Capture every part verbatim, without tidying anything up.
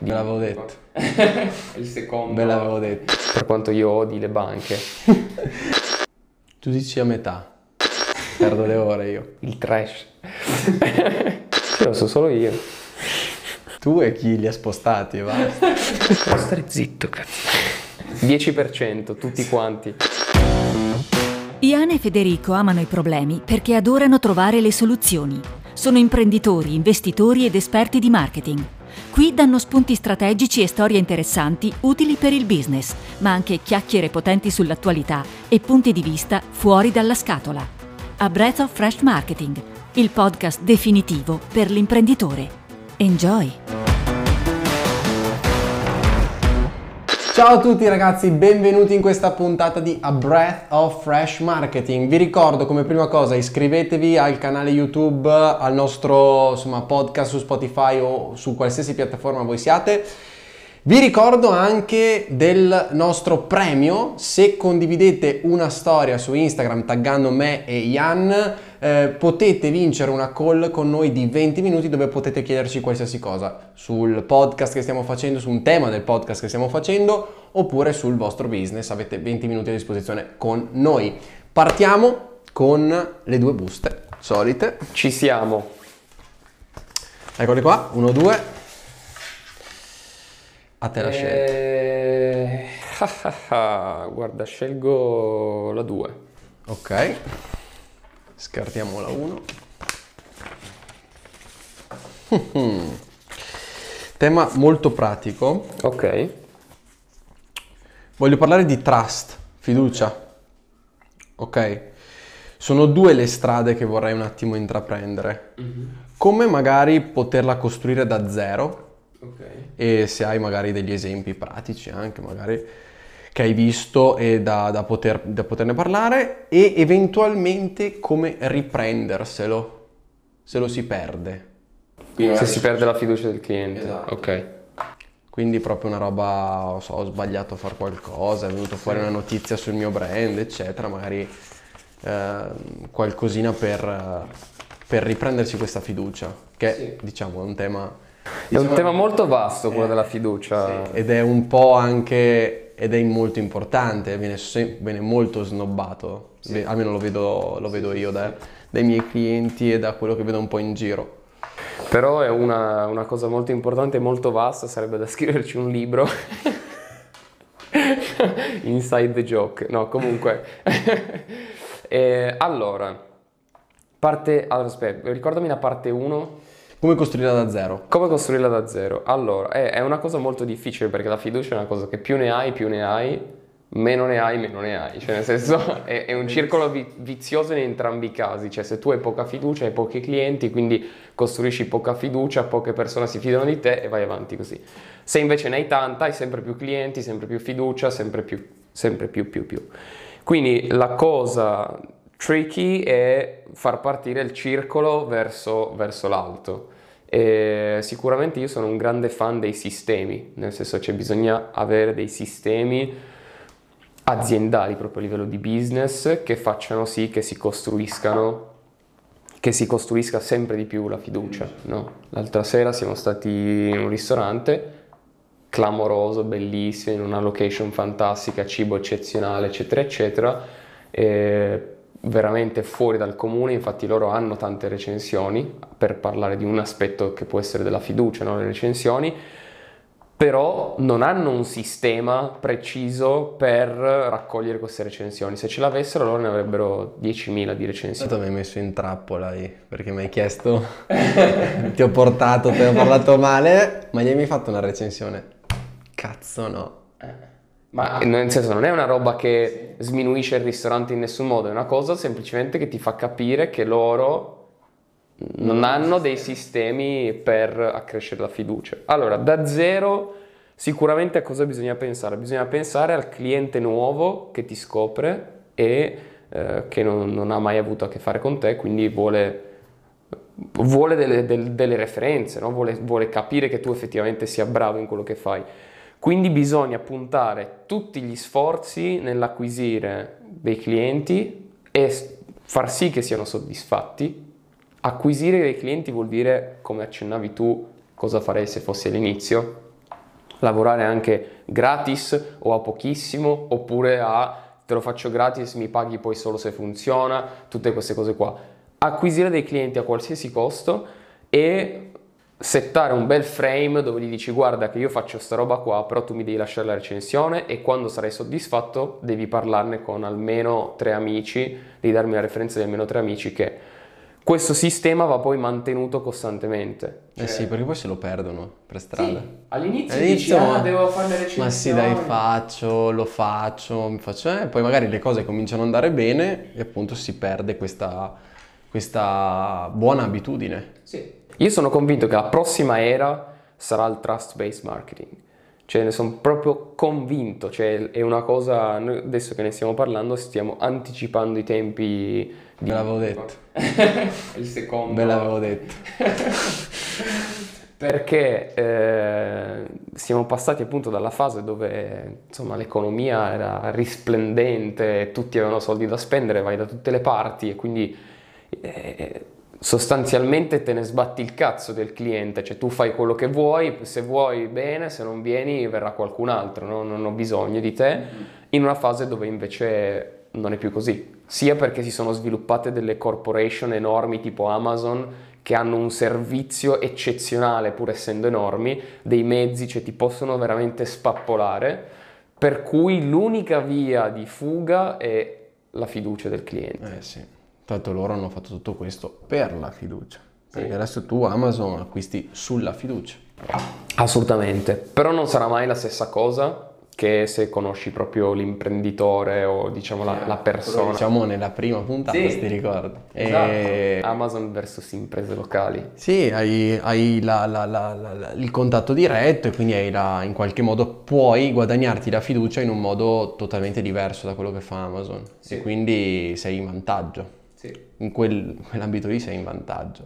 Ve l'avevo detto. Il secondo. Ve l'avevo detto. Per quanto io odi le banche. Tu dici a metà. Perdo le ore io. Il trash. Lo so solo io. Tu e chi li ha spostati e basta. Devo stare zitto, cazzo. dieci per cento, tutti quanti. Ian e Federico amano i problemi perché adorano trovare le soluzioni. Sono imprenditori, investitori ed esperti di marketing. Qui danno spunti strategici e storie interessanti utili per il business, ma anche chiacchiere potenti sull'attualità e punti di vista fuori dalla scatola. A Breath of Fresh Marketing, il podcast definitivo per l'imprenditore. Enjoy! Ciao a tutti ragazzi, benvenuti in questa puntata di A Breath of Fresh Marketing. Vi ricordo come prima cosa iscrivetevi al canale YouTube, al nostro insomma, podcast su Spotify o su qualsiasi piattaforma voi siate. Vi ricordo anche del nostro premio: se condividete una storia su Instagram taggando me e Ian, eh, potete vincere una call con noi di venti minuti dove potete chiederci qualsiasi cosa sul podcast che stiamo facendo, su un tema del podcast che stiamo facendo oppure sul vostro business. Avete venti minuti a disposizione con noi. Partiamo con le due buste solite. Ci siamo. Eccole qua, uno, due. A te la scelta. Eh... Guarda, scelgo la due. Ok. Scartiamo la uno. Tema molto pratico. Ok. Voglio parlare di trust, fiducia. Ok. Sono due le strade che vorrei un attimo intraprendere. Mm-hmm. Come magari poterla costruire da zero. Okay. E se hai magari degli esempi pratici anche magari che hai visto e da, da, poter, da poterne parlare, e eventualmente come riprenderselo se lo si perde. Quindi se si perde la fiducia del cliente. Esatto. Ok. Quindi proprio una roba, non so, ho sbagliato a fare qualcosa, è venuta fuori una notizia sul mio brand, eccetera, magari eh, qualcosina per, per riprendersi questa fiducia, che sì. diciamo è un tema... È un tema molto vasto quello eh, della fiducia. Sì. Ed è un po' anche, ed è molto importante, viene, viene molto snobbato, sì. almeno lo vedo, lo vedo io da, dai miei clienti e da quello che vedo un po' in giro. Però è una, una cosa molto importante e molto vasta, sarebbe da scriverci un libro. Inside the joke. No, comunque. e, allora, parte, allora, aspetta, ricordami la parte uno. Come costruirla da zero? Come costruirla da zero? Allora, è, è una cosa molto difficile perché la fiducia è una cosa che più ne hai, più ne hai, meno ne hai, meno ne hai. Cioè, nel senso, è, è un circolo vi- vizioso in entrambi i casi. Cioè, se tu hai poca fiducia, hai pochi clienti, quindi costruisci poca fiducia, poche persone si fidano di te e vai avanti così. Se invece ne hai tanta, hai sempre più clienti, sempre più fiducia, sempre più, sempre più, più, più. Quindi la cosa tricky è far partire il circolo verso, verso l'alto. E sicuramente io sono un grande fan dei sistemi, nel senso che bisogna avere dei sistemi aziendali proprio a livello di business che facciano sì che si costruiscano, che si costruisca sempre di più la fiducia, no? L'altra sera siamo stati in un ristorante clamoroso, bellissimo, in una location fantastica, cibo eccezionale, eccetera, eccetera, e veramente fuori dal comune. Infatti loro hanno tante recensioni per parlare di un aspetto che può essere della fiducia, no? Le recensioni, però non hanno un sistema preciso per raccogliere queste recensioni. Se ce l'avessero loro ne avrebbero diecimila di recensioni. Tu mi hai messo in trappola lì perché mi hai chiesto ti ho portato, ti ho parlato male, ma gli hai mai fatto una recensione? Cazzo no. Ma nel senso non è una roba che sminuisce il ristorante in nessun modo, è una cosa semplicemente che ti fa capire che loro non hanno dei sistemi per accrescere la fiducia. Allora, da zero sicuramente a cosa bisogna pensare? Bisogna pensare al cliente nuovo che ti scopre e eh, che non, non ha mai avuto a che fare con te, quindi vuole, vuole delle, delle, delle referenze, no? vuole, vuole capire che tu effettivamente sia bravo in quello che fai. Quindi bisogna puntare tutti gli sforzi nell'acquisire dei clienti e far sì che siano soddisfatti. Acquisire dei clienti vuol dire, come accennavi tu, cosa farei se fossi all'inizio? lavorare anche gratis o a pochissimo, oppure a te lo faccio gratis, mi paghi poi solo se funziona, tutte queste cose qua. Acquisire dei clienti a qualsiasi costo e settare un bel frame dove gli dici guarda che io faccio sta roba qua, però tu mi devi lasciare la recensione e quando sarai soddisfatto devi parlarne con almeno tre amici, devi darmi la referenza di almeno tre amici, che questo sistema va poi mantenuto costantemente. Cioè, eh sì, perché poi se lo perdono per strada. Sì, all'inizio, all'inizio dici ah devo fare le recensioni. Ma sì dai, faccio, lo faccio, mi faccio, eh, poi magari le cose cominciano ad andare bene e appunto si perde questa, questa buona abitudine. Sì. Io sono convinto che la prossima era sarà il trust-based marketing. Cioè ne sono proprio convinto, cioè è una cosa, noi adesso che ne stiamo parlando stiamo anticipando i tempi. Ve l'avevo detto. Il secondo. Ve l'avevo detto. Perché eh, siamo passati appunto dalla fase dove insomma l'economia era risplendente, tutti avevano soldi da spendere, vai da tutte le parti e quindi eh, sostanzialmente te ne sbatti il cazzo del cliente, cioè tu fai quello che vuoi, se vuoi bene, se non vieni verrà qualcun altro, no? Non ho bisogno di te, in una fase dove invece non è più così, sia perché si sono sviluppate delle corporation enormi tipo Amazon che hanno un servizio eccezionale pur essendo enormi, dei mezzi, cioè ti possono veramente spappolare, per cui l'unica via di fuga è la fiducia del cliente. Eh sì, tanto loro hanno fatto tutto questo per la fiducia, perché Sì. adesso tu Amazon acquisti sulla fiducia. Assolutamente, però non sarà mai la stessa cosa che se conosci proprio l'imprenditore o diciamo la, la persona. Diciamo nella prima puntata, Sì. se ti ricordi. Esatto. E... Amazon versus imprese locali. Sì, hai, hai la- la- la- la- la- il contatto diretto e quindi hai la- in qualche modo puoi guadagnarti la fiducia in un modo totalmente diverso da quello che fa Amazon. Sì. E quindi sei in vantaggio. Sì. In quel- in quell'ambito lì sei in vantaggio.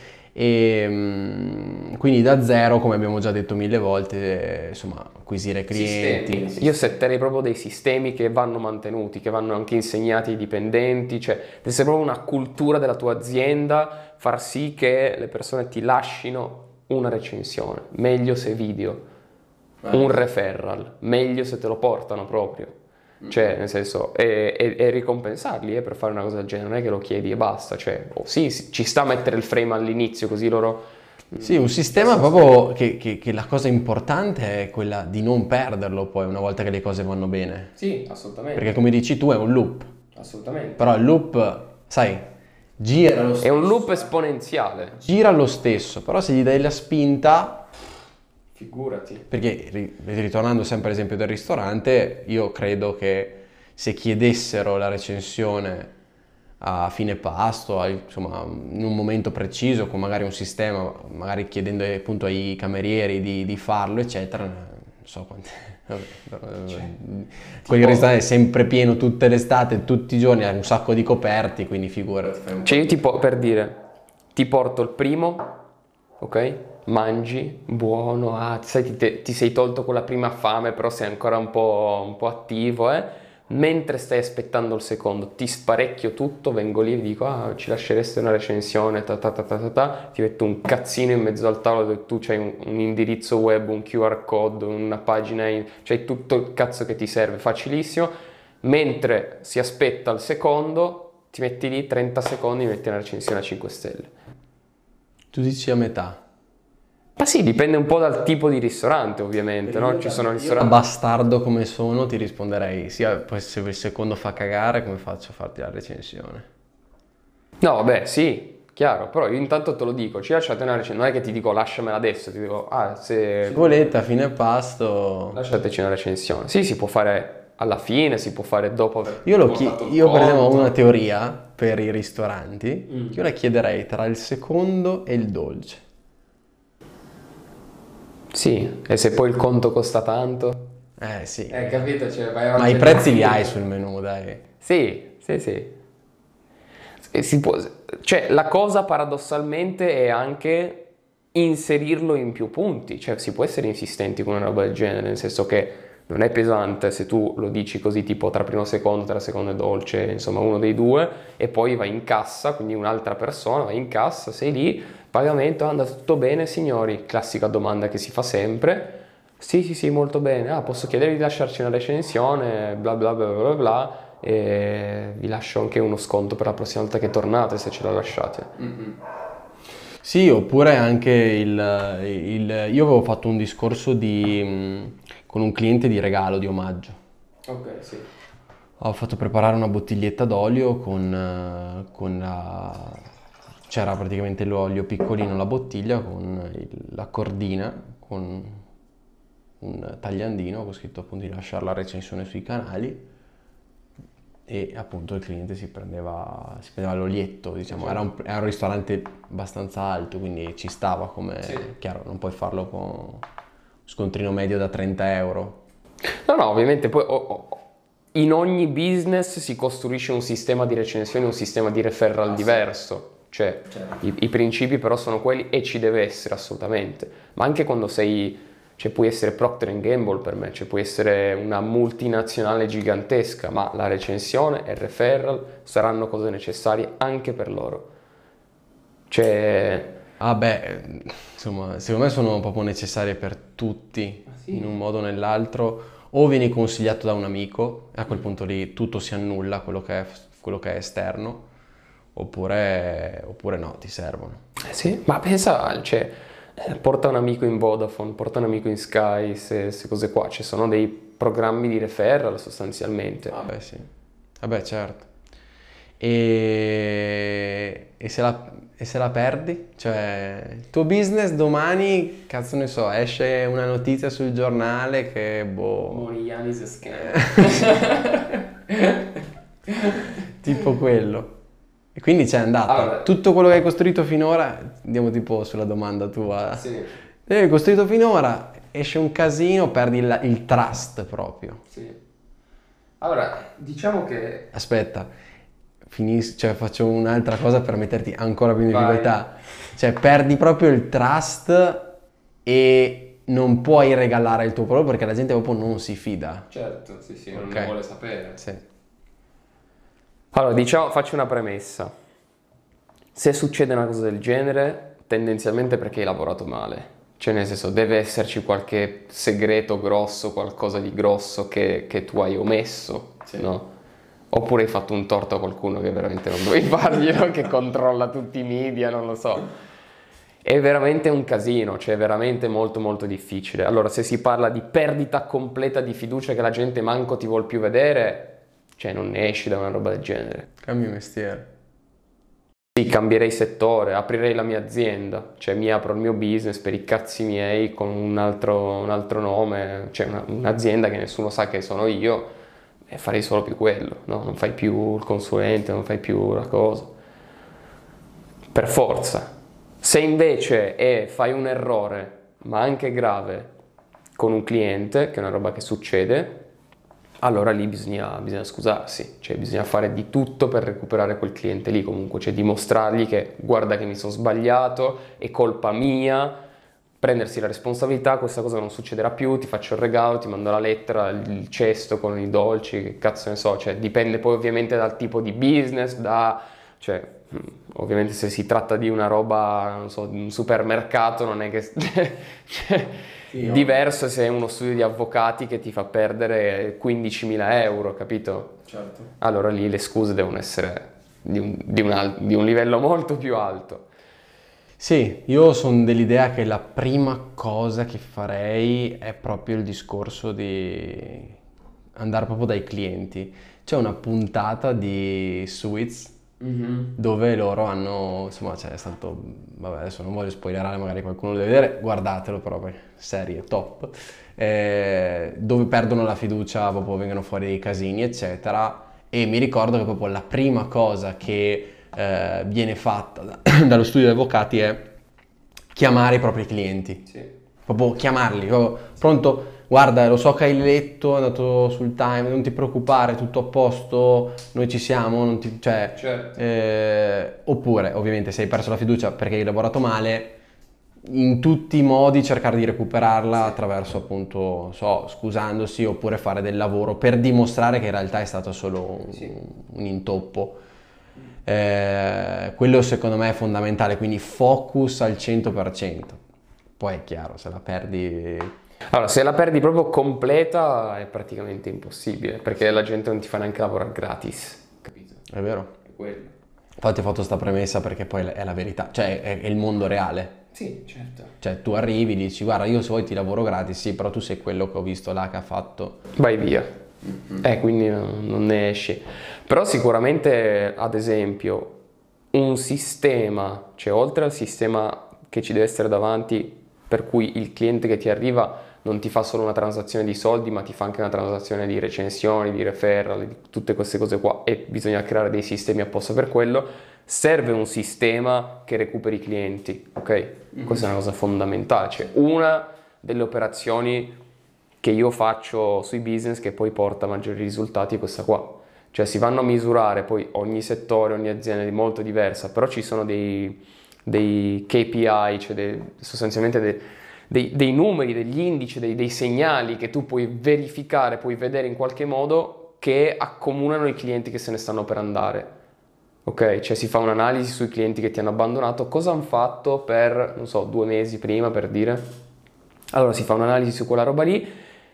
E mm, quindi da zero, come abbiamo già detto mille volte, eh, insomma, acquisire clienti. Sistemi. Io setterei proprio dei sistemi che vanno mantenuti, che vanno anche insegnati ai dipendenti, cioè deve essere proprio una cultura della tua azienda, far sì che le persone ti lascino una recensione, meglio se video, un referral, meglio se te lo portano proprio. Cioè, nel senso, e, e, e ricompensarli eh, per fare una cosa del genere, non è che lo chiedi e basta, cioè, oh, sì, sì, ci sta a mettere il frame all'inizio così loro... Sì, un sistema proprio che, che- che la cosa importante è quella di non perderlo poi una volta che le cose vanno bene. Sì, assolutamente, Perché come dici tu è un loop, assolutamente. però il loop, sai, gira lo È stesso. un loop esponenziale. Gira lo stesso, però se gli dai la spinta... Figurati. Perché ri- ritornando sempre all'esempio del ristorante, io credo che se chiedessero la recensione a fine pasto, a- insomma, in un momento preciso, con magari un sistema, magari chiedendo appunto ai camerieri di, di farlo, eccetera, non so quante... vabbè, però, quel ristorante è sempre pieno tutte le estate, tutti i giorni, ha un sacco di coperti, quindi figurati. fai un- Cioè io tipo, per dire, ti porto il primo, ok? Mangi, buono, ah, sai, ti, te- ti sei tolto quella prima fame, però sei ancora un po', un po' attivo, eh? Mentre stai aspettando il secondo, ti sparecchio tutto, vengo lì e dico, ah, ci lascereste una recensione, ta ta ta ta ta ta, ti metto un cazzino in mezzo al tavolo dove tu c'hai un, un indirizzo web, un Q R code, una pagina, in- c'hai tutto il cazzo che ti serve, facilissimo. Mentre si aspetta il secondo, ti metti lì trenta secondi e metti una recensione a cinque stelle. Tu dici a metà. Ma sì, dipende un po' dal tipo di ristorante, ovviamente, no? Ci sono Da ristoranti... bastardo come sono ti risponderei sia poi se il secondo fa cagare come faccio a farti la recensione. No, vabbè, sì, chiaro, però io intanto te lo dico, ci lasciate una recensione, non è che ti dico lasciamela adesso, ti dico, ah, Se se... volete a fine pasto lasciateci una recensione. Sì, si può fare alla fine, si può fare dopo aver io, lo chi- portato il io per esempio ho conto. una teoria per i ristoranti Mm. che io la chiederei tra il secondo e il dolce. Sì, e se poi il conto costa tanto? Eh sì, Eh, capito, cioè vai ma avanti i e prezzi li avanti. hai sul menù, dai. Sì, sì, sì. E si può, cioè, la cosa paradossalmente è anche inserirlo in più punti, cioè si può essere insistenti con una roba del genere, nel senso che non è pesante se tu lo dici così tipo tra primo e secondo, tra secondo e dolce, insomma uno dei due, e poi vai in cassa, quindi un'altra persona va in cassa, sei lì, pagamento, anda tutto bene signori, classica domanda che si fa sempre. Sì, sì, sì, molto bene. Ah, posso chiedere di lasciarci una recensione, bla bla bla bla bla, e vi lascio anche uno sconto per la prossima volta che tornate se ce la lasciate. Mm-hmm. Sì, oppure anche il, il... Io avevo fatto un discorso di, mh, con un cliente di regalo, di omaggio. Ok, sì. Ho fatto preparare una bottiglietta d'olio con, eh, con la... c'era praticamente l'olio piccolino nella bottiglia con il- la cordina, con un tagliandino con scritto appunto di lasciare la recensione sui canali e appunto il cliente si prendeva, si prendeva l'olietto, diciamo, era un, era un ristorante abbastanza alto, quindi ci stava come... Sì. Chiaro, non puoi farlo con scontrino medio da trenta euro. No, no, ovviamente poi oh, oh, in ogni business si costruisce un sistema di recensioni, un sistema di referral Ah, diverso. Cioè, certo. i, i principi però sono quelli e ci deve essere assolutamente. Ma anche quando sei, cioè puoi essere Procter and Gamble per me, cioè puoi essere una multinazionale gigantesca, ma la recensione e il referral saranno cose necessarie anche per loro. Cioè... Ah beh, insomma, secondo me sono proprio necessarie per tutti, sì? in un modo o nell'altro. O vieni consigliato da un amico, e a quel punto lì tutto si annulla, quello che è, quello che è esterno, oppure, oppure no, ti servono. Eh sì, ma pensa, cioè, eh, porta un amico in Vodafone, porta un amico in Sky, queste cose qua, ci sono dei programmi di referral sostanzialmente. Vabbè sì, vabbè certo. E, e, se la, e se la perdi? Cioè, il tuo business domani, cazzo ne so, esce una notizia sul giornale che boh... Morigliani si scam. Tipo quello. E quindi c'è andata. Allora. Tutto quello che hai costruito finora, andiamo tipo sulla domanda tua. Sì, Eh, Hai costruito finora, esce un casino, perdi il, il trust proprio. sì. Allora, diciamo che... Aspetta, finis- cioè faccio un'altra cosa per metterti ancora più in Vai. difficoltà. Cioè perdi proprio il trust e non puoi regalare il tuo prodotto perché la gente proprio non si fida. Certo, sì, sì, non ne vuole sapere. Sì. Allora, diciamo, faccio una premessa. Se succede una cosa del genere, tendenzialmente è perché hai lavorato male. Cioè, nel senso, deve esserci qualche segreto grosso, qualcosa di grosso che, che tu hai omesso, Sì. no? Oppure hai fatto un torto a qualcuno che veramente non dovevi farglielo, che controlla tutti i media, non lo so. È veramente un casino, cioè è veramente molto molto difficile. Allora, se si parla di perdita completa di fiducia che la gente manco ti vuol più vedere, cioè non ne esci da una roba del genere. Cambi mestiere. Sì, cambierei settore, aprirei la mia azienda, cioè mi apro il mio business per i cazzi miei con un altro, un altro nome, cioè una- un'azienda che nessuno sa che sono io e farei solo più quello, no? Non fai più il consulente, non fai più la cosa. Per forza. Se invece è, fai un errore, ma anche grave, con un cliente, che è una roba che succede, allora lì bisogna, bisogna scusarsi, cioè bisogna fare di tutto per recuperare quel cliente lì comunque, cioè dimostrargli che guarda che mi sono sbagliato, è colpa mia, prendersi la responsabilità, questa cosa non succederà più, ti faccio il regalo, ti mando la lettera, il cesto con i dolci, che cazzo ne so, cioè dipende poi ovviamente dal tipo di business, da, cioè mh, ovviamente se si tratta di una roba, non so, di un supermercato non è che... cioè, Sì, no? diverso se è uno studio di avvocati che ti fa perdere quindicimila euro, capito? Certo. Allora lì le scuse devono essere di un, di un al- di un livello molto più alto. Sì, io sono dell'idea che la prima cosa che farei è proprio il discorso di andare proprio dai clienti. C'è una puntata di Suits dove loro hanno, insomma, c'è stato, vabbè, adesso non voglio spoilerare, magari qualcuno lo deve vedere, guardatelo però, perché serie top, eh, dove perdono la fiducia, proprio vengono fuori dei casini, eccetera, e mi ricordo che proprio la prima cosa che eh, viene fatta da- dallo studio di avvocati è chiamare i propri clienti, Sì. proprio chiamarli, proprio, pronto? Guarda, lo so che hai letto, è andato sul Time, non ti preoccupare, tutto a posto, noi ci siamo, non ti- cioè, Certo. eh, oppure ovviamente se hai perso la fiducia perché hai lavorato male, in tutti i modi cercare di recuperarla Sì. attraverso appunto, so, scusandosi oppure fare del lavoro per dimostrare che in realtà è stato solo un, Sì. un intoppo. Eh, quello secondo me è fondamentale, quindi focus al cento per cento. Poi è chiaro, se la perdi... Allora, se la perdi proprio completa è praticamente impossibile, perché la gente non ti fa neanche lavorare gratis, capito? È vero. È quello. Infatti ho fatto sta premessa perché poi è la verità, cioè è, è il mondo reale. Sì, certo. Cioè tu arrivi, dici guarda io se vuoi ti lavoro gratis, sì, però tu sei quello che ho visto là che ha fatto. Vai via. Mm-hmm. Eh, quindi non, non ne esci. Però sicuramente, ad esempio, un sistema, cioè oltre al sistema che ci deve essere davanti, per cui il cliente che ti arriva non ti fa solo una transazione di soldi, ma ti fa anche una transazione di recensioni, di referral, di tutte queste cose qua, e bisogna creare dei sistemi apposta per quello. Serve un sistema che recuperi i clienti, ok? Mm-hmm. Questa è una cosa fondamentale, cioè una delle operazioni che io faccio sui business che poi porta maggiori risultati è questa qua. Cioè si vanno a misurare, poi ogni settore, ogni azienda è molto diversa, però ci sono dei, dei K P I, cioè dei, sostanzialmente dei, dei, dei numeri, degli indici, dei, dei segnali che tu puoi verificare, puoi vedere in qualche modo che accomunano i clienti che se ne stanno per andare. Ok, cioè si fa un'analisi sui clienti che ti hanno abbandonato, cosa hanno fatto per, non so, due mesi prima, per dire. Allora si fa un'analisi su quella roba lì.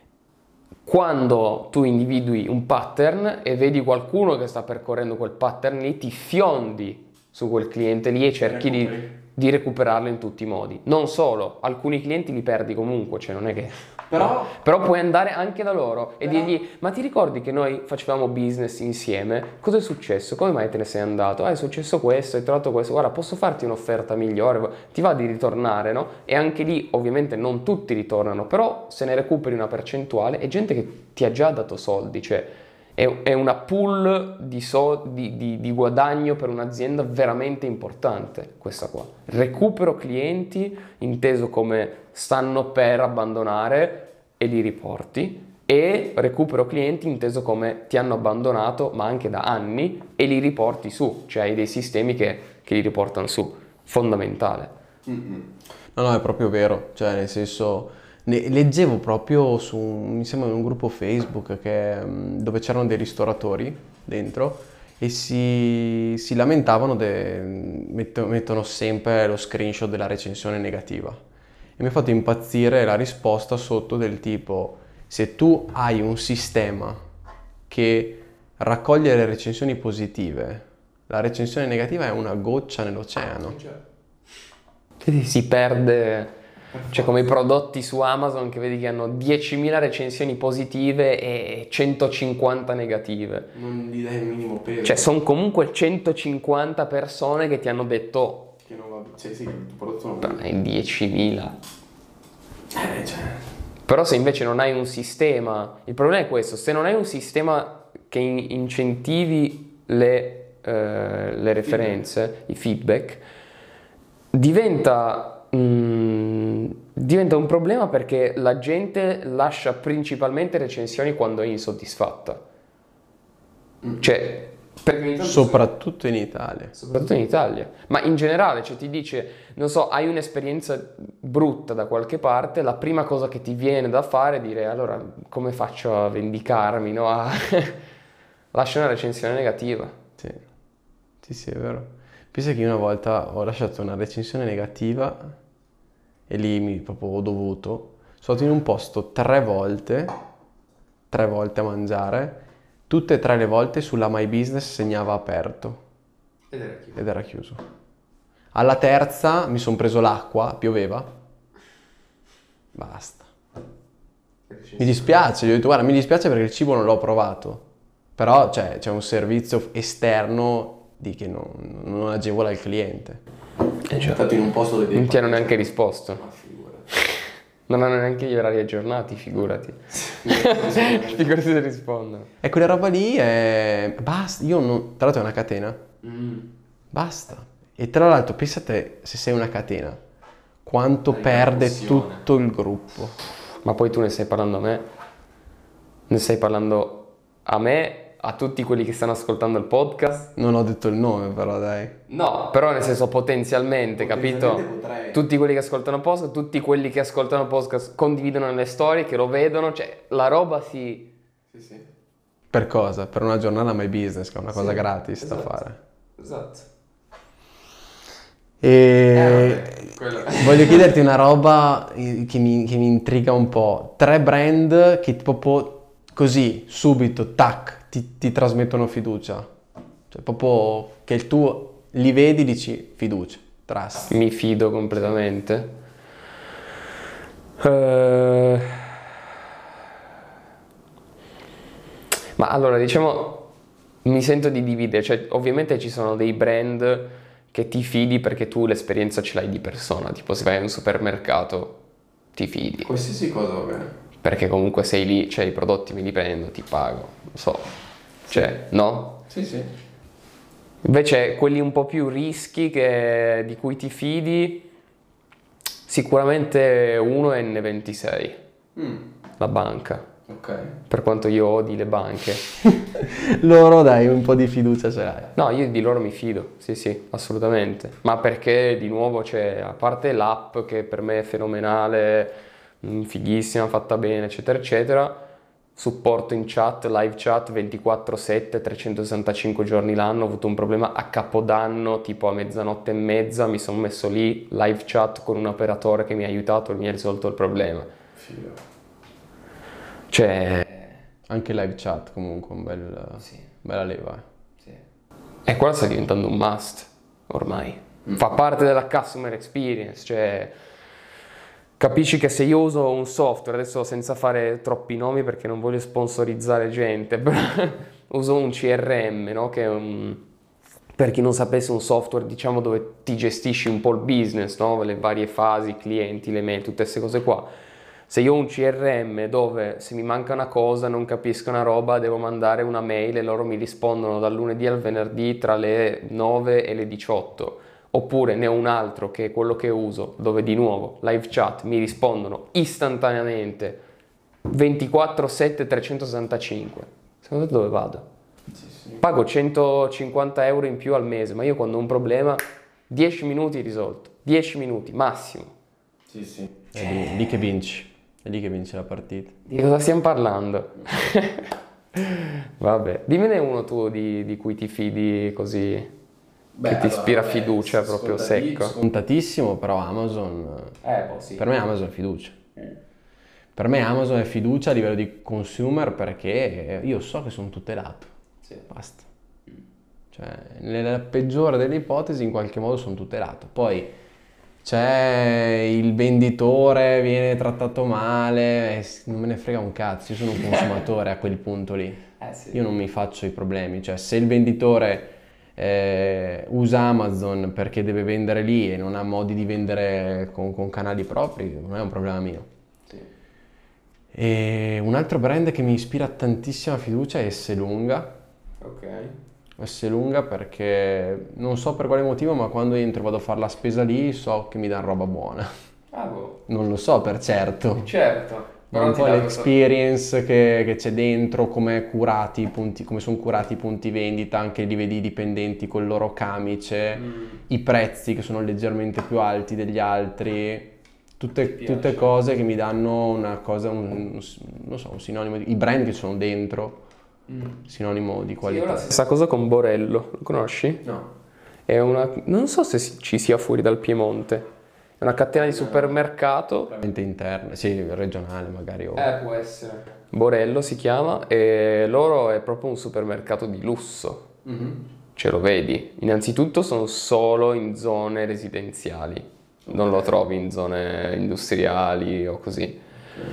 Quando tu individui un pattern e vedi qualcuno che sta percorrendo quel pattern lì, ti fiondi su quel cliente lì e cerchi di, di recuperarlo in tutti i modi. Non solo, alcuni clienti li perdi comunque, cioè non è che... Però, però puoi andare anche da loro e però... dirgli: ma ti ricordi che noi facevamo business insieme? Cosa è successo? Come mai te ne sei andato? Ah, è successo questo, hai trovato questo, guarda, posso farti un'offerta migliore? Ti va di ritornare, no? E anche lì ovviamente non tutti ritornano, però se ne recuperi una percentuale è gente che ti ha già dato soldi, cioè è, è una pool di, so, di, di, di guadagno per un'azienda veramente importante questa qua. Recupero clienti inteso come stanno per abbandonare e li riporti, e recupero clienti inteso come ti hanno abbandonato ma anche da anni e li riporti su, cioè hai dei sistemi che, che li riportano su, fondamentale. Mm-mm. No, no, è proprio vero, cioè nel senso, ne, leggevo proprio su, mi sembra in un gruppo Facebook che, dove c'erano dei ristoratori dentro e si, si lamentavano, de, metto, mettono sempre lo screenshot della recensione negativa. E mi ha fatto impazzire la risposta sotto del tipo: se tu hai un sistema che raccoglie le recensioni positive, la recensione negativa è una goccia nell'oceano. Quindi si perde, cioè come i prodotti su Amazon che vedi che hanno diecimila recensioni positive e centocinquanta negative. Non gli dai il minimo peso. Cioè sono comunque centocinquanta persone che ti hanno detto che non va, cioè sì, il prodotto non va bene, diecimila. Eh, cioè. Però se invece non hai un sistema, il problema è questo: se non hai un sistema che in- incentivi le, eh, le referenze, i feedback, diventa, mh, diventa un problema, perché la gente lascia principalmente recensioni quando è insoddisfatta. Mm. Cioè, soprattutto in Italia. Soprattutto in Italia, ma in generale, cioè ti dice, non so, hai un'esperienza brutta da qualche parte, la prima cosa che ti viene da fare è dire: allora come faccio a vendicarmi, no? A... lascia una recensione negativa. Sì, sì, sì, è vero. Pensa che io una volta ho lasciato una recensione negativa e lì mi proprio ho dovuto, sono stato in un posto tre volte, tre volte a mangiare. Tutte e tre le volte sulla My Business segnava aperto ed era chiuso. Ed era chiuso. Alla terza mi sono preso l'acqua, pioveva, basta. Mi dispiace, gli ho detto: guarda, mi dispiace perché il cibo non l'ho provato, però cioè, c'è un servizio esterno di che non, non agevola il cliente. Eh, cioè, stato in un posto dove non ti hanno neanche risposto. Non hanno neanche gli orari aggiornati, figurati. Figurati se rispondono. E quella roba lì è... basta, io non... Tra l'altro è una catena. Mm. Basta. E tra l'altro, pensate, se sei una catena, quanto Hai perde tutto il gruppo. Ma poi tu ne stai parlando a me? Ne stai parlando a me? A tutti quelli che stanno ascoltando il podcast? Non ho detto il nome però, dai. No, però nel senso potenzialmente, potenzialmente capito? Potrei. Tutti quelli che ascoltano il podcast, tutti quelli che ascoltano il podcast condividono nelle storie, che lo vedono, cioè la roba si... Sì, sì. Per cosa? Per una giornata My Business, che è una cosa sì, gratis esatto, da fare. Esatto. E Eh, vabbè, quello- voglio chiederti una roba eh, che mi, che mi intriga un po'. Tre brand che proprio così, subito, tac, ti, ti trasmettono fiducia. Cioè proprio che il tu li vedi, dici fiducia, trust. Mi fido completamente. Eh, Ma allora, diciamo, mi sento di dividere, cioè ovviamente ci sono dei brand che ti fidi perché tu l'esperienza ce l'hai di persona, tipo se vai in un supermercato ti fidi, Qualsiasi cosa va bene. perché comunque sei lì, cioè i prodotti me li prendo, ti pago, non so, cioè, no? Sì, sì. Invece quelli un po' più rischi che- di cui ti fidi, sicuramente uno è N ventisei, la banca, Ok. per quanto io odi le banche. Loro dai, un po' di fiducia ce l'hai. No, io di loro mi fido, sì sì, assolutamente, ma perché di nuovo c'è, a parte l'app che per me è fenomenale, mh, fighissima, fatta bene, eccetera, eccetera, supporto in chat, live chat ventiquattro sette, trecentosessantacinque giorni l'anno, ho avuto un problema a Capodanno, tipo a mezzanotte e mezza, mi sono messo lì, live chat con un operatore che mi ha aiutato e mi ha risolto il problema. Cioè, Anche live chat comunque, un bel, Sì. bella leva. e qua sta diventando un must ormai. Fa parte della customer experience, cioè capisci che se io uso un software, adesso senza fare troppi nomi perché non voglio sponsorizzare gente, però uso un C R M, no? Che è un, per chi non sapesse, un software, diciamo, dove ti gestisci un po' il business, no? Le varie fasi, i clienti, le mail, tutte queste cose qua. Se io ho un C R M dove se mi manca una cosa, non capisco una roba, devo mandare una mail e loro mi rispondono dal lunedì al venerdì tra le nove e le diciotto. Oppure ne ho un altro che è quello che uso, dove di nuovo live chat mi rispondono istantaneamente ventiquattro sette trecentosessantacinque. Secondo te dove vado? Pago centocinquanta euro in più al mese, ma io quando ho un problema dieci minuti risolto, dieci minuti massimo. Sì, sì. È lì, lì che vinci. È lì che vince la partita. Di cosa stiamo parlando? Vabbè, dimmene uno tu di, di cui ti fidi così, che ti ispira fiducia proprio secco. Scontatissimo, però Amazon... Eh, boh, sì. Per me Amazon è fiducia. Per me Amazon è fiducia a livello di consumer perché io so che sono tutelato. Sì. Basta. Cioè, nella peggiore delle ipotesi in qualche modo sono tutelato. Poi c'è il venditore, viene trattato male, e s- non me ne frega un cazzo, io sono un consumatore a quel punto lì. Eh, sì. Io non mi faccio i problemi, cioè se il venditore eh, usa Amazon perché deve vendere lì e non ha modi di vendere con, con canali propri, non è un problema mio. Sì. E un altro brand che mi ispira tantissima fiducia è Esselunga. Ok. Esselunga perché non so per quale motivo, ma quando entro e vado a fare la spesa lì so che mi danno roba buona. Ah, boh. Non lo so per certo, Certo. ma un po' l'experience che, che c'è dentro, come curati i punti, come sono curati i punti vendita, anche li vedi i dipendenti col loro camice, Mm. i prezzi che sono leggermente più alti degli altri, tutte, piace. tutte cose che mi danno una cosa, un, un- non so, un sinonimo di, i brand che sono dentro, sinonimo di qualità. Stessa cosa con Borello, lo conosci? No. È una, non so se si- ci sia fuori dal Piemonte, è una catena di supermercato. Sicuramente interna, sì, regionale magari. O... Eh, può essere. Borello si chiama e loro è proprio un supermercato di lusso. Ce lo vedi? Innanzitutto sono solo in zone residenziali, non lo trovi in zone industriali o così.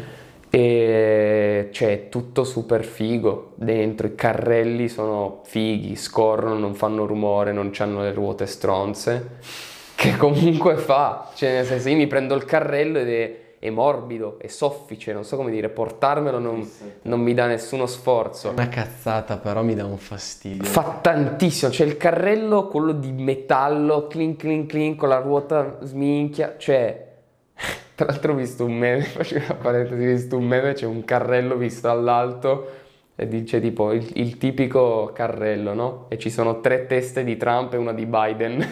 E c'è tutto super figo dentro, i carrelli sono fighi, scorrono, non fanno rumore, non hanno le ruote stronze, che comunque fa, cioè nel senso io mi prendo il carrello ed è, è morbido, è soffice, non so come dire, portarmelo non, non mi dà nessuno sforzo. Una cazzata però mi dà un fastidio. Fa tantissimo, c'è il carrello, quello di metallo, clink clink clink, con la ruota sminchia, cioè... Tra l'altro ho visto un meme, faccio una parentesi, ho visto un meme, c'è un carrello visto dall'alto e dice tipo il, il tipico carrello, no? E ci sono tre teste di Trump e una di Biden.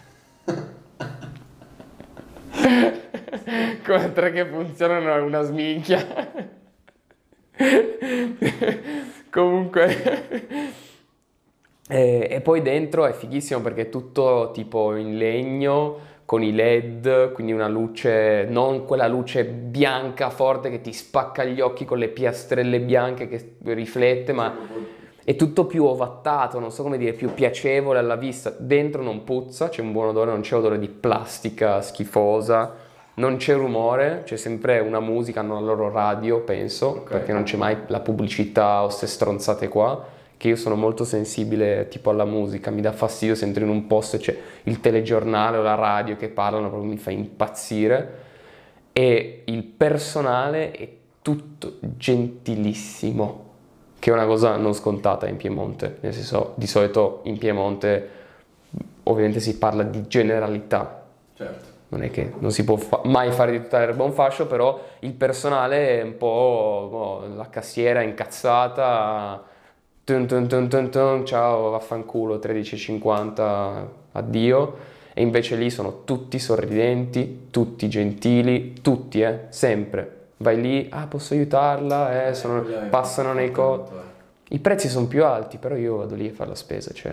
Come tre che funzionano è una sminchia. Comunque... E, e poi dentro è fighissimo perché è tutto tipo in legno, con i led, quindi una luce, non quella luce bianca forte che ti spacca gli occhi con le piastrelle bianche che riflette, ma è tutto più ovattato, non so come dire, più piacevole alla vista. Dentro non puzza, c'è un buon odore, non c'è odore di plastica schifosa, non c'è rumore, c'è sempre una musica, hanno la loro radio, penso, okay, perché non c'è mai la pubblicità o ste stronzate qua, che io sono molto sensibile tipo alla musica, mi dà fastidio se entro in un posto e c'è il telegiornale o la radio che parlano, proprio mi fa impazzire. E il personale è tutto gentilissimo, che è una cosa non scontata in Piemonte, nel senso, di solito in Piemonte ovviamente si parla di generalità, certo. Non è che non si può fa- mai fare di tutta l'erba un fascio, però il personale è un po', oh, la cassiera incazzata, tun tun tun tun tun, ciao, vaffanculo, tredici e cinquanta, addio, e invece lì sono tutti sorridenti, tutti gentili, tutti, eh, sempre. Vai lì, ah, posso aiutarla, eh, sono, passano nei co... I prezzi sono più alti, però io vado lì a fare la spesa, cioè...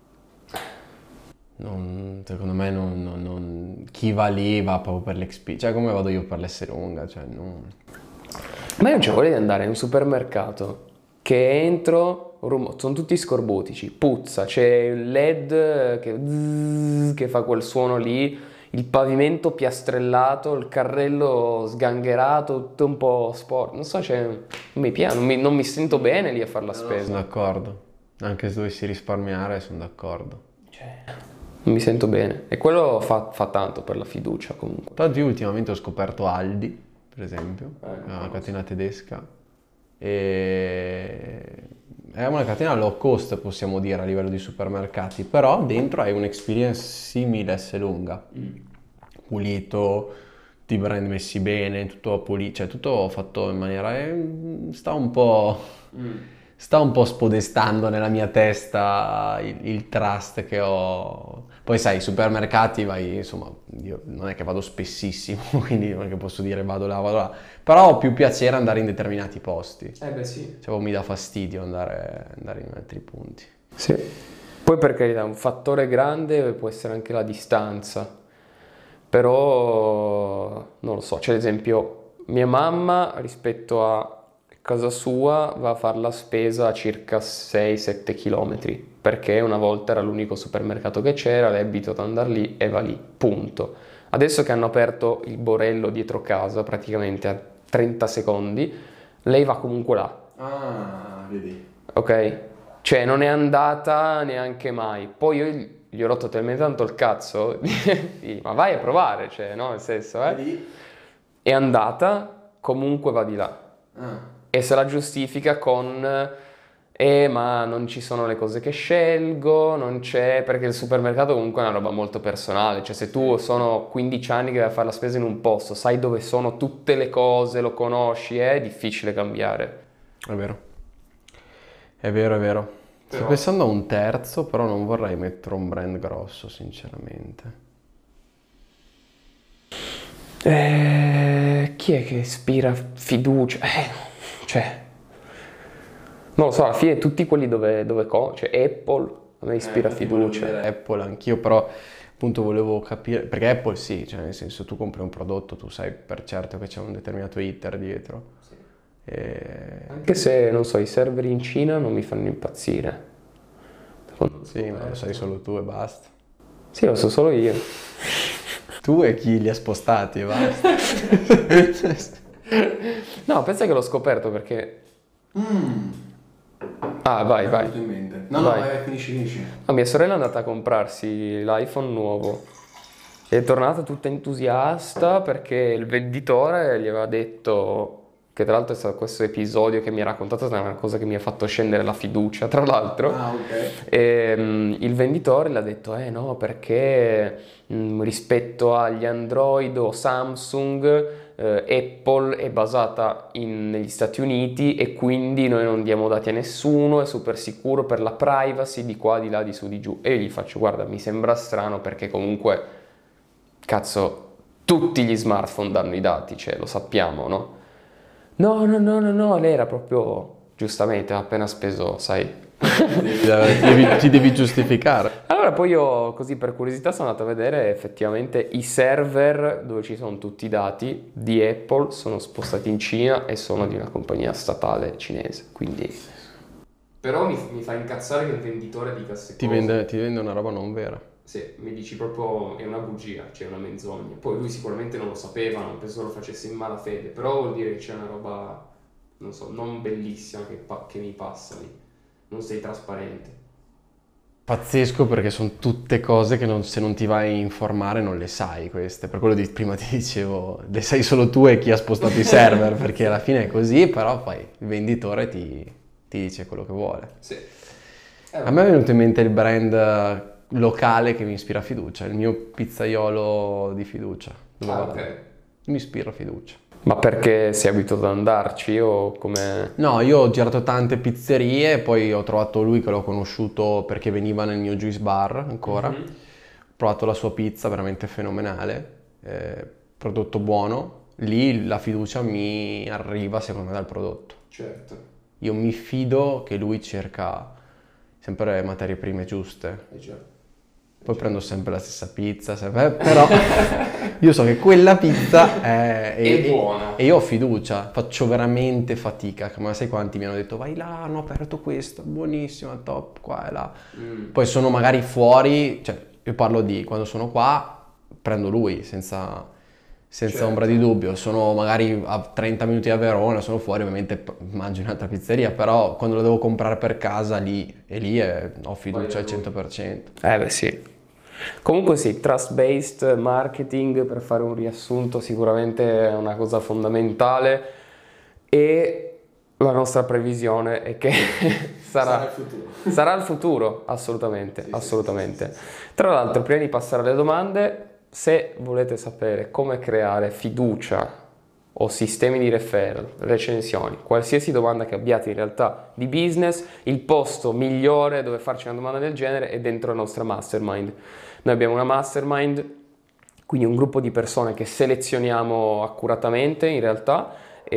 Non, secondo me non, non, non, chi va lì va proprio per l'experience, cioè come vado io per l'essere lunga, cioè non... Ma io non c'ho voglia di andare in un supermercato che entro, rum- sono tutti scorbutici, puzza, c'è il led che, zzz, che fa quel suono lì, il pavimento piastrellato, il carrello sgangherato, tutto un po' sporco, non so, cioè, non mi piace, non mi, non mi sento bene lì a fare la spesa. Sono d'accordo, anche se dovessi risparmiare sono d'accordo. Cioè... non mi sento bene e quello fa, fa tanto per la fiducia comunque. Infatti io ultimamente ho scoperto Aldi, per esempio, eh, una catena tedesca, e è una catena low cost, possiamo dire, a livello di supermercati, però dentro hai un'experience simile a Esselunga, mm. pulito, tutti i brand messi bene, tutto pulito, cioè tutto fatto in maniera... Eh, sta un po'... Mm. sta un po' spodestando nella mia testa il, il trust che ho. Poi sai, i supermercati vai, insomma, io non è che vado spessissimo, quindi non è che posso dire vado là, vado là, però ho più piacere andare in determinati posti. Eh beh sì. Cioè, mi dà fastidio andare, andare in altri punti. Sì. Poi per carità, un fattore grande può essere anche la distanza, però non lo so, c'è l'esempio mia mamma rispetto a casa sua va a fare la spesa a circa sei sette chilometri, perché una volta era l'unico supermercato che c'era, lei è abituata ad andare lì e va lì, punto. Adesso che hanno aperto il Borello dietro casa, praticamente a trenta secondi, lei va comunque là. Ah, vedi. Ok? Cioè non è andata neanche mai. Poi io gli ho rotto talmente tanto il cazzo, ma vai a provare, cioè, no? Nel senso, eh? È andata, comunque va di là. Ah. E se la giustifica con eh ma non ci sono le cose che scelgo, non c'è, perché il supermercato comunque è una roba molto personale, cioè se tu sono quindici anni che vai a fare la spesa in un posto, sai dove sono tutte le cose, lo conosci, è difficile cambiare. È vero, è vero, è vero. Sto però... pensando a un terzo, però non vorrei mettere un brand grosso, sinceramente. Eh, chi è che ispira fiducia? Eh... Cioè, non lo so, alla fine tutti quelli dove, dove co, cioè Apple a me ispira eh, fiducia. Apple anch'io, però appunto volevo capire, perché Apple sì, cioè nel senso tu compri un prodotto, tu sai per certo che c'è un determinato iter dietro. Sì. E... anche se, non so, i server in Cina non mi fanno impazzire. Sì, ma lo sai solo tu e basta. Sì, lo so solo io. Tu e chi li ha spostati e basta. No, pensa che l'ho scoperto perché... Mm. Ah, vai, vai. In mente. No, vai. no, vai, finisci, finisci. No, mia sorella è andata a comprarsi l'iPhone nuovo. È tornata tutta entusiasta perché il venditore gli aveva detto... che tra l'altro è stato questo episodio che mi ha raccontato, è una cosa che mi ha fatto scendere la fiducia, tra l'altro. Ah, ok. E, um, il venditore le ha detto, eh no, perché um, rispetto agli Android o Samsung... Uh, Apple è basata in, negli Stati Uniti e quindi noi non diamo dati a nessuno, è super sicuro per la privacy di qua, di là, di su, di giù. E io gli faccio, guarda, mi sembra strano perché comunque, cazzo, tutti gli smartphone danno i dati, cioè lo sappiamo, no? No, no, no, no, no, lei era proprio, giustamente, ha appena speso, sai, Ti devi, ti devi giustificare. Allora poi io così per curiosità sono andato a vedere effettivamente i server dove ci sono tutti i dati di Apple sono spostati in Cina e sono di una compagnia statale cinese, quindi... Però mi, mi fa incazzare che il venditore dica queste Ti cose. vende, ti vende una roba non vera. Sì, mi dici proprio è una bugia, cioè una menzogna. Poi lui sicuramente non lo sapeva, non penso lo facesse in malafede, però vuol dire che c'è una roba, non so, non bellissima che, pa- che mi passa lì. Non sei trasparente. Pazzesco, perché sono tutte cose che non- se non ti vai a informare non le sai queste. Per quello di prima ti dicevo, le sai solo tu e chi ha spostato i server, perché alla fine è così, però poi il venditore ti, ti dice quello che vuole. Sì. A me è venuto in mente il brand locale che mi ispira fiducia, il mio pizzaiolo di fiducia. Dove Ah, vado. ok. Mi ispira fiducia. Ma perché sei abituato ad andarci o come... No, io ho girato tante pizzerie, poi ho trovato lui che l'ho conosciuto perché veniva nel mio juice bar ancora. Mhm. Ho provato la sua pizza, veramente fenomenale, eh, prodotto buono. Lì la fiducia mi arriva secondo me dal prodotto. Certo. Io mi fido che lui cerca sempre materie prime giuste. Eh già. Poi prendo sempre la stessa pizza, sempre- però io so che quella pizza è, È buona. E io ho fiducia, faccio veramente fatica. Ma sai quanti mi hanno detto vai là, hanno aperto questo, buonissima, top, qua e là. Mm. Poi sono magari fuori, cioè io parlo di quando sono qua, prendo lui senza, senza Certo. ombra di dubbio. Sono magari a trenta minuti da Verona, sono fuori, ovviamente p- mangio in un'altra pizzeria, però quando lo devo comprare per casa lì e lì è- ho Vai fiducia da al lui. cento per cento. Eh beh sì. Comunque sì, trust-based marketing, per fare un riassunto, sicuramente è una cosa fondamentale e la nostra previsione è che sarà, Sarà il futuro. sarà il futuro, assolutamente, Sì, sì, assolutamente. sì, sì, sì. Tra l'altro, prima di passare alle domande, se volete sapere come creare fiducia o sistemi di referral, recensioni, qualsiasi domanda che abbiate in realtà di business, il posto migliore dove farci una domanda del genere è dentro la nostra mastermind. Noi abbiamo una mastermind, quindi un gruppo di persone che selezioniamo accuratamente in realtà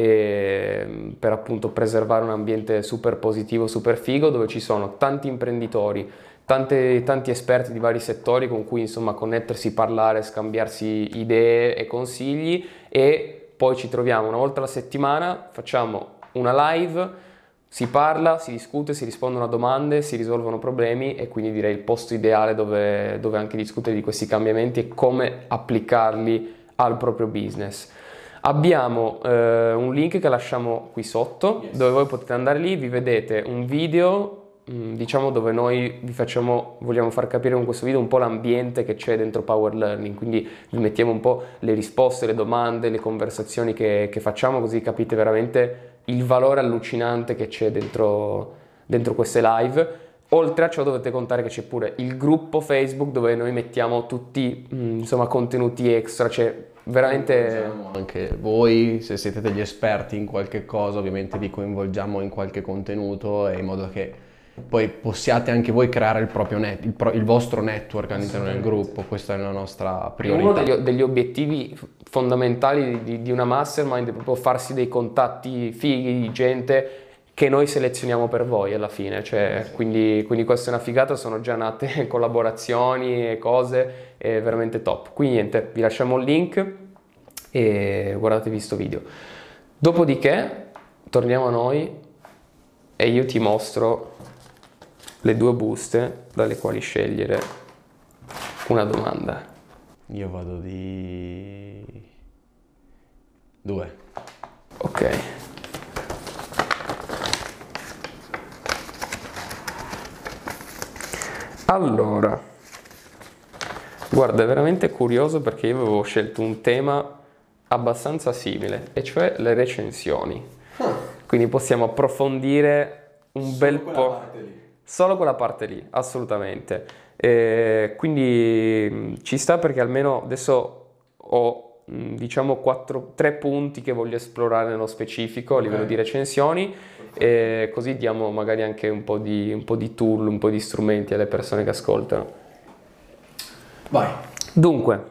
e, per appunto preservare un ambiente super positivo, super figo, dove ci sono tanti imprenditori, tante- tanti esperti di vari settori con cui insomma connettersi, parlare, scambiarsi idee e consigli, e poi ci troviamo una volta alla settimana, facciamo una live, si parla, si discute, si rispondono a domande, si risolvono problemi, e quindi direi il posto ideale dove, dove anche discutere di questi cambiamenti e come applicarli al proprio business. Abbiamo eh, un link che lasciamo qui sotto, Yes. dove voi potete andare lì, vi vedete un video, mh, diciamo, dove noi vi facciamo, vogliamo far capire con questo video un po' l'ambiente che c'è dentro Power Learning, quindi vi mettiamo un po' le risposte, le domande, le conversazioni che, che facciamo, così capite veramente il valore allucinante che c'è dentro, dentro queste live. Oltre a ciò dovete contare che c'è pure il gruppo Facebook dove noi mettiamo tutti mh, insomma contenuti extra, cioè veramente... Anche voi, se siete degli esperti in qualche cosa, ovviamente vi coinvolgiamo in qualche contenuto, e in modo che poi possiate anche voi creare il proprio net, il, pro- il vostro network all'interno del gruppo. Questa è la nostra priorità. Uno degli, degli obiettivi f- fondamentali di, di una mastermind è proprio farsi dei contatti fighi di gente che noi selezioniamo per voi alla fine, cioè, quindi, quindi questa è una figata, sono già nate collaborazioni e cose, è veramente top. Quindi niente, vi lasciamo il link e guardatevi sto video. Dopodiché torniamo a noi e io ti mostro le due buste dalle quali scegliere una domanda. Io vado di due. Ok. Allora, guarda, è veramente curioso perché io avevo scelto un tema abbastanza simile, e cioè le recensioni. Quindi possiamo approfondire un bel Quella po'. parte lì. Solo quella parte lì, assolutamente. Eh, quindi mh, ci sta, perché almeno adesso ho mh, diciamo quattro, tre punti che voglio esplorare nello specifico a Ok. livello di recensioni, e così diamo magari anche un po' di, un po' di tool, un po' di strumenti alle persone che ascoltano. Vai. Dunque,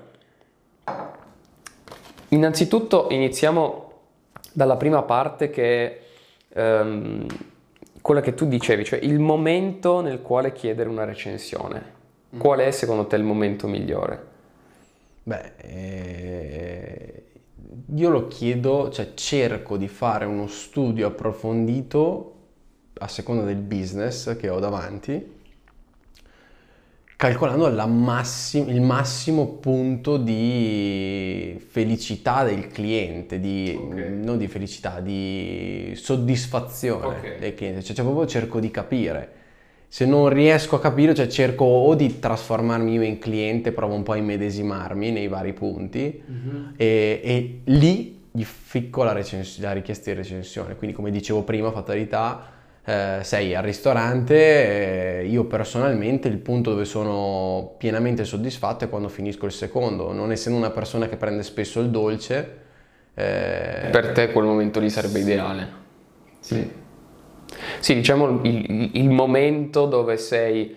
innanzitutto iniziamo dalla prima parte che, ehm, quella che tu dicevi, cioè il momento nel quale chiedere una recensione. Qual è secondo te il momento migliore? Beh, eh, io lo chiedo, cioè cerco di fare uno studio approfondito a seconda del business che ho davanti, calcolando la massi- il massimo punto di felicità del cliente, di, Ok. non di felicità, di soddisfazione Ok. del cliente, cioè, cioè proprio cerco di capire. Se non riesco a capire, cioè cerco o di trasformarmi io in cliente, provo un po' a immedesimarmi nei vari punti e, e lì gli ficco la, recens- la richiesta di recensione. Quindi come dicevo prima, fatalità, eh, sei al ristorante, eh, io personalmente il punto dove sono pienamente soddisfatto è quando finisco il secondo, non essendo una persona che prende spesso il dolce. eh, Per te quel momento lì sarebbe ideale. Sì. Sì, diciamo il, il momento dove sei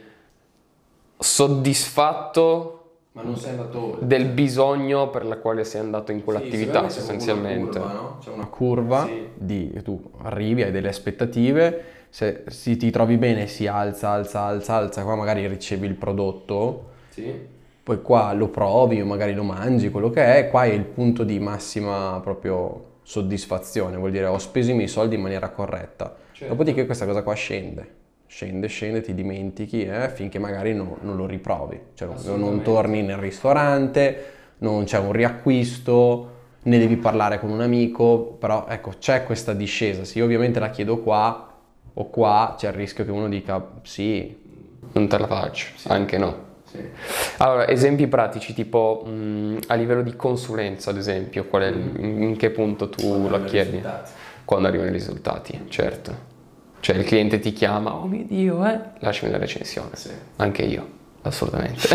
soddisfatto Ma non sei andato oltre. del bisogno per la quale sei andato in quell'attività sostanzialmente. C'è una curva, no? C'è una curva Sì. di tu arrivi, hai delle aspettative, se, se ti trovi bene si alza, alza, alza, alza, qua magari ricevi il prodotto, Sì. poi qua lo provi o magari lo mangi, quello che è, qua è il punto di massima proprio soddisfazione, vuol dire ho speso i miei soldi in maniera corretta. Certo. Dopodiché questa cosa qua scende, scende, scende, ti dimentichi eh, finché magari no- non lo riprovi, cioè non- non Assolutamente. torni nel ristorante, non c'è un riacquisto, ne devi parlare con un amico, però ecco c'è questa discesa, se io ovviamente la chiedo qua o qua c'è il rischio che uno dica sì, Non te la faccio, anche no. sì. Allora, esempi pratici, tipo mh, a livello di consulenza, ad esempio, qual è il- in, in che punto tu la chiedi? Quando arrivano i risultati, certo. Cioè il cliente ti chiama, oh mio Dio, eh? Lasciami la recensione. Sì. Anche io, assolutamente.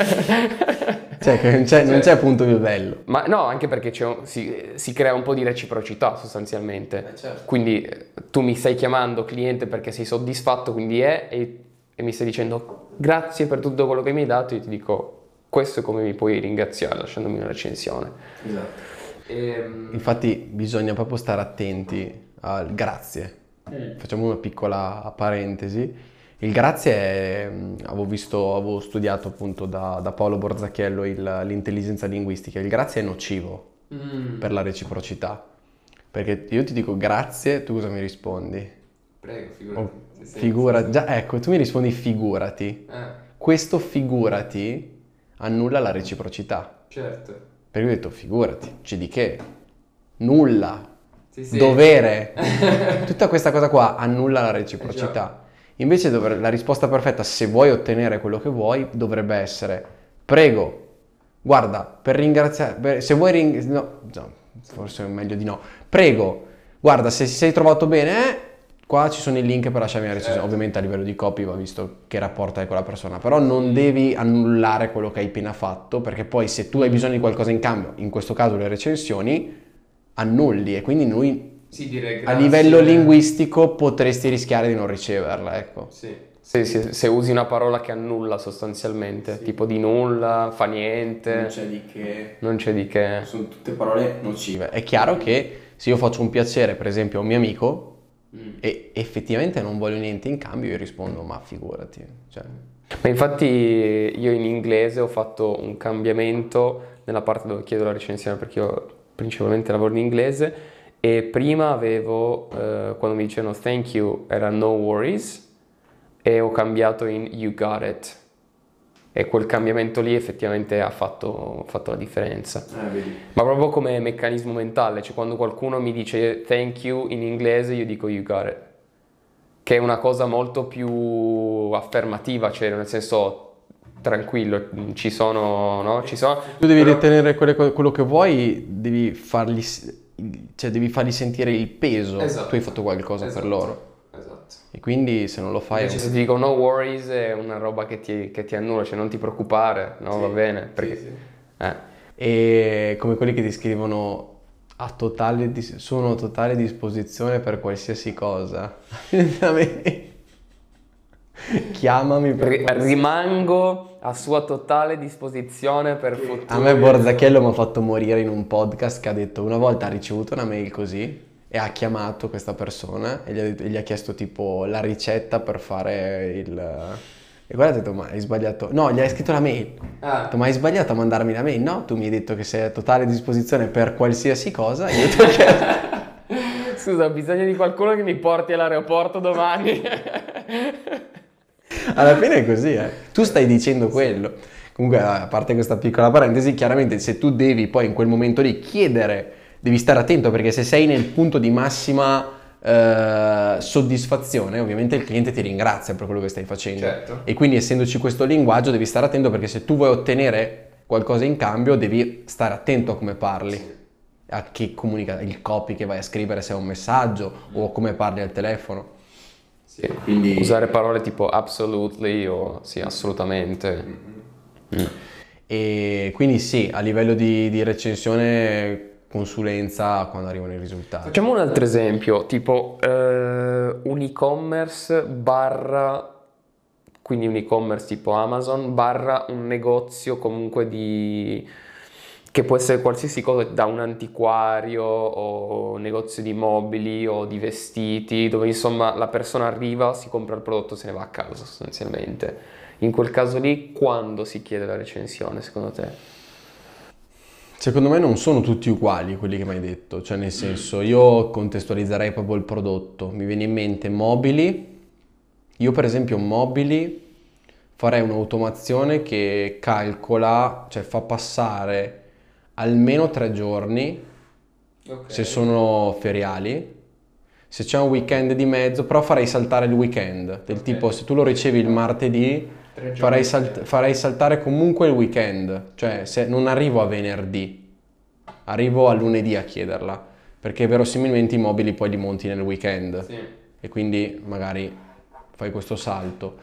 Cioè che non c'è, non c'è punto più bello. Ma no, anche perché c'è un- si, si crea un po' di reciprocità sostanzialmente. Eh, certo. Quindi eh, tu mi stai chiamando cliente perché sei soddisfatto, quindi è, e, e mi stai dicendo grazie per tutto quello che mi hai dato, io ti dico questo è come mi puoi ringraziare lasciandomi una recensione. Esatto. Ehm, Infatti bisogna proprio stare attenti al grazie. Facciamo una piccola parentesi. Il grazie è, avevo visto, avevo studiato appunto da, da Paolo Borzacchiello il- l'intelligenza linguistica. Il grazie è nocivo mm, per la reciprocità. Perché io ti dico grazie, tu cosa mi rispondi? prego, Oh, figurati. se sei- figura, già ecco, tu mi rispondi figurati. Eh, Questo figurati annulla la reciprocità. certo. Perché io ho detto figurati, c'è di che? Nulla. Sì, sì. Dovere. Tutta questa cosa qua annulla la reciprocità. Eh, Invece dovre- la risposta perfetta, se vuoi ottenere quello che vuoi, dovrebbe essere prego, guarda, per ringraziare, per- se vuoi ring- no, no, forse è meglio di no. Prego, guarda, se ti sei trovato bene, eh, qua ci sono i link per lasciarmi la recensione. Certo. Ovviamente a livello di copy va visto che rapporto hai con la persona, però non devi annullare quello che hai appena fatto, perché poi se tu hai bisogno di qualcosa in cambio, in questo caso le recensioni, annulli e quindi noi Sì, direi a livello linguistico potresti rischiare di non riceverla, ecco. Sì. Se, se- se usi una parola che annulla sostanzialmente, tipo di nulla, fa niente, di che, non c'è di che. sono tutte parole nocive. È chiaro che se io faccio un piacere, per esempio, a un mio amico e effettivamente non voglio niente in cambio, io rispondo ma figurati. Cioè, Ma infatti io in inglese ho fatto un cambiamento nella parte dove chiedo la recensione perché io principalmente lavoro in inglese e prima avevo, eh, quando mi dicevano thank you, era no worries e ho cambiato in you got it e quel cambiamento lì effettivamente ha fatto, fatto la differenza. vedi. Ma proprio come meccanismo mentale, cioè quando qualcuno mi dice thank you in inglese io dico you got it, che è una cosa molto più affermativa, cioè nel senso tranquillo, ci sono, no? Ci sono... Tu devi però- ritenere quelle co- quello che vuoi, devi fargli, s- cioè devi fargli sentire il peso, Esatto. tu hai fatto qualcosa Esatto. per loro. Esatto. E quindi se non lo fai... è Invece un- se ti dico no worries è una roba che ti, che ti annulla, cioè non ti preoccupare, no? Va bene, perché... Eh. E come quelli che ti scrivono a totale dis- sono a totale disposizione per qualsiasi cosa. A me- Chiamami per Ri- qualsiasi- rimango a sua totale disposizione per futuro. A me Borzacchiello mi ha fatto morire in un podcast che ha detto una volta ha ricevuto una mail così e ha chiamato questa persona e gli ha, detto- e gli ha chiesto tipo la ricetta per fare il... E guarda, ha detto, ma hai sbagliato... No, gli hai scritto la mail. Ah. Ha detto, ma hai sbagliato a mandarmi la mail? No, tu mi hai detto che sei a totale disposizione per qualsiasi cosa. Io ti ho chiesto... Scusa, ho bisogno di qualcuno che mi porti all'aeroporto domani. Alla fine è così, eh. Tu stai dicendo quello. Comunque, a parte questa piccola parentesi, chiaramente se tu devi poi in quel momento lì chiedere, devi stare attento perché se sei nel punto di massima eh, soddisfazione, ovviamente il cliente ti ringrazia per quello che stai facendo. Certo. E quindi essendoci questo linguaggio devi stare attento perché se tu vuoi ottenere qualcosa in cambio devi stare attento a come parli. Sì. A che comunica, il copy che vai a scrivere, se è un messaggio o come parli al telefono. Sì. Quindi- Usare parole tipo absolutely o sì, assolutamente. Mm. E quindi sì, a livello di, di recensione, consulenza quando arrivano i risultati. Facciamo un altro esempio, tipo eh, un e-commerce barra, quindi un e-commerce tipo Amazon barra un negozio comunque di, che può essere qualsiasi cosa, da un antiquario o un negozio di mobili o di vestiti, dove insomma la persona arriva, si compra il prodotto e se ne va a casa sostanzialmente. In quel caso lì, quando si chiede la recensione, secondo te? Secondo me non sono tutti uguali quelli che mi hai detto, cioè nel senso io contestualizzerei proprio il prodotto, mi viene in mente mobili, io per esempio mobili farei un'automazione che calcola, cioè fa passare almeno tre giorni se sono feriali, se c'è un weekend di mezzo, però farei saltare il weekend, del Ok. tipo se tu lo ricevi il martedì Tre giorni farei, salt- interi. farei saltare comunque il weekend, cioè se non arrivo a venerdì, arrivo a lunedì a chiederla, perché verosimilmente i mobili poi li monti nel weekend Sì. e quindi magari fai questo salto.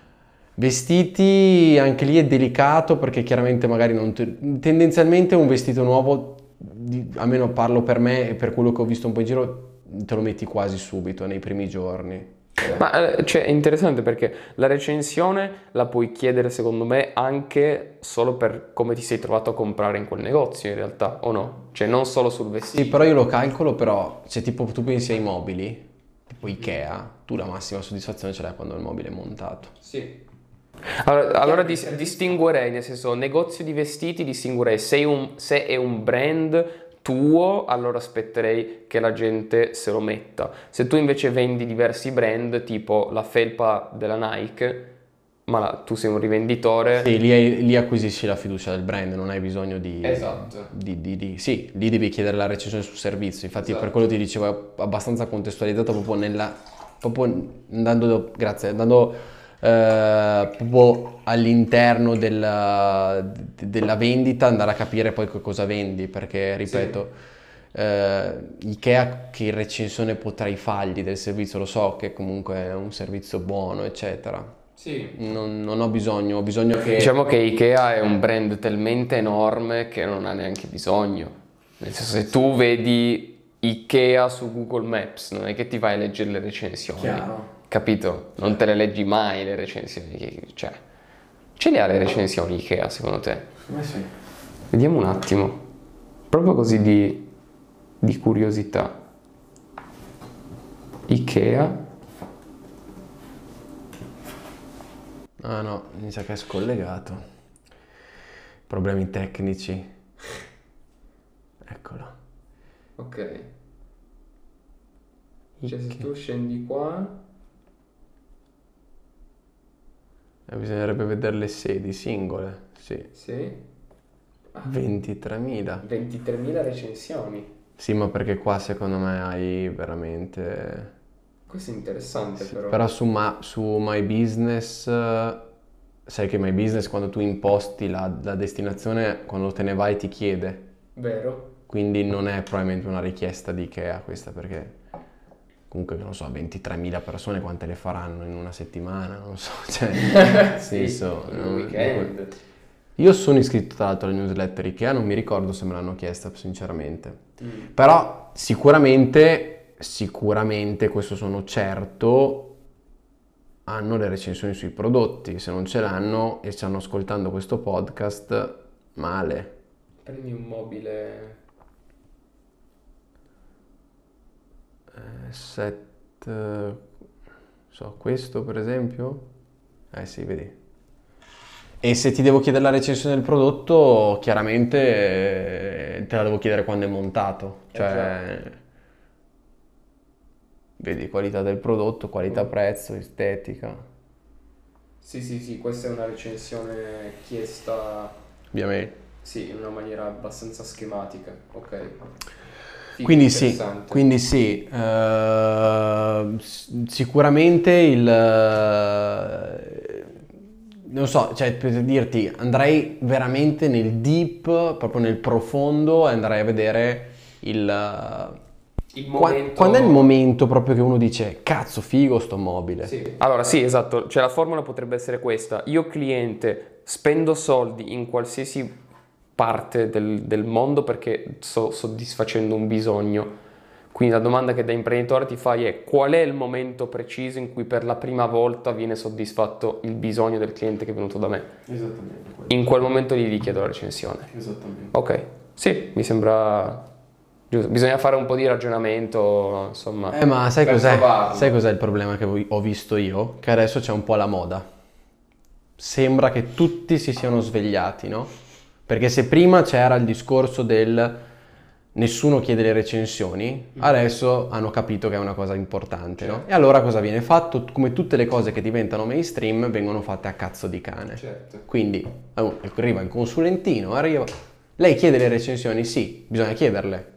Vestiti, anche lì è delicato perché chiaramente magari non te- tendenzialmente un vestito nuovo, di- almeno parlo per me e per quello che ho visto un po' in giro, te lo metti quasi subito nei primi giorni. Ma eh, cioè, è interessante perché la recensione la puoi chiedere secondo me anche solo per come ti sei trovato a comprare in quel negozio in realtà, o no? Cioè non solo sul vestito. Sì, però io lo calcolo, però se tipo tu pensi ai mobili, tipo Ikea, tu la massima soddisfazione ce l'hai quando il mobile è montato. Sì. Allora, allora dis- distinguerei, nel senso, negozio di vestiti, distinguerei se è un, se è un brand tuo, allora aspetterei che la gente se lo metta. Se tu invece vendi diversi brand, tipo la felpa della Nike, ma la- tu sei un rivenditore. Sì, lì, hai- lì acquisisci la fiducia del brand, non hai bisogno di... Esatto. di- di- di- sì, lì devi chiedere la recensione sul servizio, infatti Esatto. per quello ti dicevo è abbastanza contestualizzato proprio nella... proprio andando, grazie, andando eh, proprio all'interno della, de- della vendita, andare a capire poi che cosa vendi, perché ripeto... eh, Ikea che recensione potrai fargli del servizio, lo so che comunque è un servizio buono eccetera, Sì. non, non ho bisogno, ho bisogno che... Diciamo che Ikea è un brand talmente enorme che non ha neanche bisogno. Nel senso, se tu vedi Ikea su Google Maps, non è che ti vai a leggere le recensioni. Chiaro. Capito? Non te le leggi mai le recensioni. che- Cioè, ce le ha le recensioni Ikea secondo te? Come sì? Vediamo un attimo. Proprio così di, di curiosità. Ikea. Ah no, mi sa che è scollegato. Problemi tecnici. Eccolo. Ok. Cioè, se tu scendi qua. Eh, bisognerebbe vedere le sedi singole, sì. Sì. ventitremila. ventitremila recensioni. Sì, ma perché qua secondo me hai veramente... Questo è interessante Sì, però. però su, Ma- su My Business, eh, sai che My Business quando tu imposti la, la destinazione, quando te ne vai ti chiede. Vero? Quindi non è probabilmente una richiesta di Ikea questa, perché comunque non so, ventitremila persone quante le faranno in una settimana, non so, cioè, nel senso... in non- un weekend. Io sono iscritto tra l'altro alle newsletter Ikea, non mi ricordo se me l'hanno chiesta sinceramente, Mm. però sicuramente, sicuramente, questo sono certo, hanno le recensioni sui prodotti, se non ce l'hanno e stanno ascoltando questo podcast, male. Prendi un mobile. Eh, set, eh, so, questo per esempio? Eh sì, vedi. E se ti devo chiedere la recensione del prodotto, chiaramente eh, te la devo chiedere quando è montato. Cioè, vedi, qualità del prodotto, qualità prezzo, estetica. Sì, sì, sì, questa è una recensione chiesta, Ovviamente. sì, in una maniera abbastanza schematica, ok. Figo, Quindi sì, interessante. quindi sì, eh, s- sicuramente il... eh, non so, cioè per dirti, andrei veramente nel deep, proprio nel profondo, e andrei a vedere il... eh, Il qua- momento... Quando è il momento proprio che uno dice, cazzo, figo sto mobile. Sì. Allora sì, esatto, cioè la formula potrebbe essere questa: io cliente spendo soldi in qualsiasi parte del, del mondo perché sto soddisfacendo un bisogno. Quindi la domanda che da imprenditore ti fai è: qual è il momento preciso in cui per la prima volta viene soddisfatto il bisogno del cliente che è venuto da me? Esattamente. In quel momento lì gli chiedo la recensione. Esattamente. Ok, sì, mi sembra giusto. Bisogna fare un po' di ragionamento, insomma. Eh, ma sai per cos'è? trovarlo. Sai cos'è il problema che ho visto io? Che adesso c'è un po' la moda. Sembra che tutti si siano svegliati, no? Perché se prima c'era il discorso del nessuno chiede le recensioni, adesso hanno capito che è una cosa importante, no? Certo. E allora cosa viene fatto? Come tutte le cose che diventano mainstream, vengono fatte a cazzo di cane. Certo. Quindi oh, arriva il consulentino, arriva... Lei chiede le recensioni? Sì, bisogna chiederle.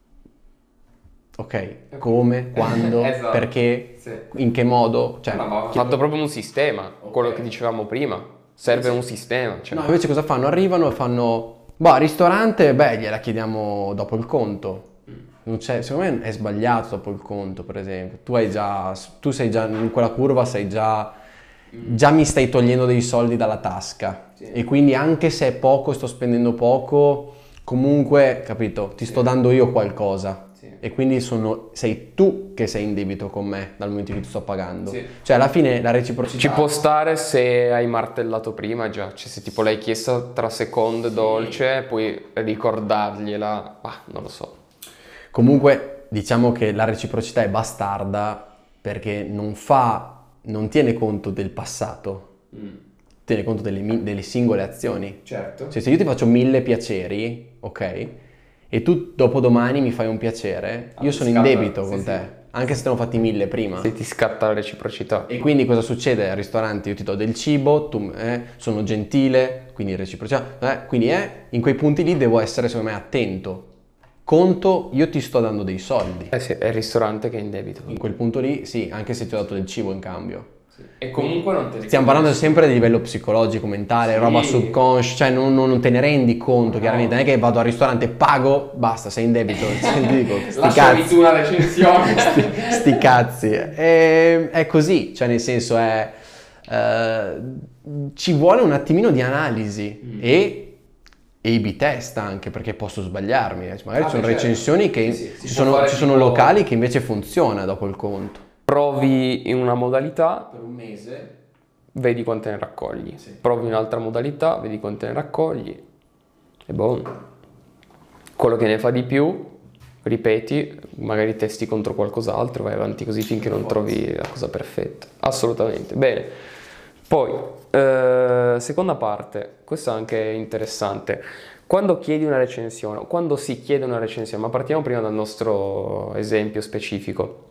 Ok, come, quando, Esatto. perché, Sì. in che modo? Cioè, No, ma ha fatto proprio un sistema, quello che dicevamo prima. Serve un sistema. Cioè. no, invece cosa fanno? Arrivano e fanno, boh, ristorante, beh, gliela chiediamo dopo il conto. Non c'è, secondo me è sbagliato dopo il conto, per esempio. Tu hai già, tu sei già in quella curva, sei già, già mi stai togliendo dei soldi dalla tasca. Sì. E quindi anche se è poco, sto spendendo poco, comunque, capito, ti sto dando io qualcosa. Sì. E quindi sono, sei tu che sei in debito con me dal momento in cui ti sto pagando. Sì. Cioè alla fine la reciprocità... Ci può stare se hai martellato prima già, cioè se tipo l'hai chiesta tra secondo e dolce, puoi ricordargliela, ah, non lo so. Comunque diciamo che la reciprocità è bastarda perché non fa, non tiene conto del passato, tiene conto delle, mi- delle singole azioni. Certo. Cioè se io ti faccio mille piaceri, ok? E tu dopodomani mi fai un piacere, Ah, io ti sono in scatta, debito sì, con sì. te, anche se te ne ho fatti mille prima. Se ti scatta la reciprocità. E quindi cosa succede al ristorante? Io ti do del cibo, tu eh, sono gentile, quindi reciprocità, eh, quindi eh, in quei punti lì devo essere secondo me attento. Conto, io ti sto dando dei soldi. Eh sì, è il ristorante che è in debito. In quel punto lì, sì, anche se ti ho dato del cibo in cambio. E comunque non te ne Stiamo parlando sempre di livello psicologico, mentale, Sì. roba subconscia, cioè non, non- non te ne rendi conto, chiaramente. Non è che vado al ristorante, pago, basta, sei in debito. Cioè, ti dico, sti Lasciami cazzi. tu una recensione. sti, sti cazzi. E- è così, cioè nel senso è... eh, ci vuole un attimino di analisi Mm. e A B test anche, perché posso sbagliarmi. eh. Magari Ah, ci sono beh, certo. recensioni che... Sì, sì, si ci può sono, fare ci sono tipo- locali che invece funziona dopo il conto. Provi in una modalità, Per un mese. vedi quante ne raccogli. Sì. Provi in un'altra modalità, vedi quante ne raccogli. E boh. Quello che ne fa di più, ripeti, magari testi contro qualcos'altro, vai avanti così finché non trovi la cosa perfetta. Assolutamente. Bene. Poi, eh, seconda parte, questo anche è interessante. Quando chiedi una recensione, o quando si chiede una recensione, ma partiamo prima dal nostro esempio specifico.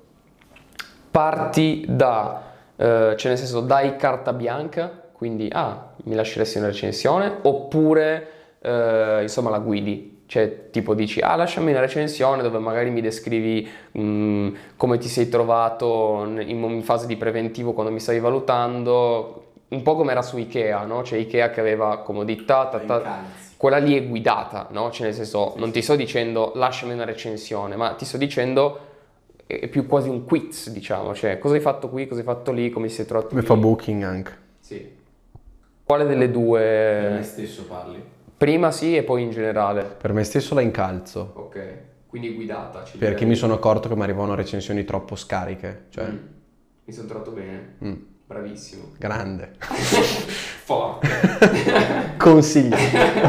Parti da, eh, cioè nel senso, dai carta bianca, quindi, ah, mi lasceresti una recensione, oppure, eh, insomma, la guidi. Cioè, tipo dici, ah, lasciami una recensione dove magari mi descrivi mh, come ti sei trovato in, in fase di preventivo quando mi stavi valutando, un po' come era su Ikea, no? Cioè Ikea che aveva comodità, ta, ta, Incalzi. quella lì è guidata, no? Cioè nel senso, non ti sto dicendo lasciami una recensione, ma ti sto dicendo è più quasi un quiz, diciamo, cioè cosa hai fatto qui, cosa hai fatto lì, come ti sei trovato Come lì. fa Booking anche. Sì. Quale delle Per due? me stesso parli. Prima sì e poi in generale. Per me stesso la incalzo, Ok, quindi guidata. Ci perché mi sono accorto che mi arrivavano recensioni troppo scariche. Cioè, Mm. Mi sono trovato bene. mm. Bravissimo. Grande. Forte. Consigliato.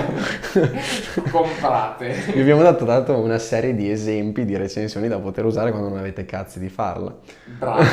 Comprate. Vi abbiamo dato, dato una serie di esempi di recensioni da poter usare quando non avete cazzi di farla. Bravo.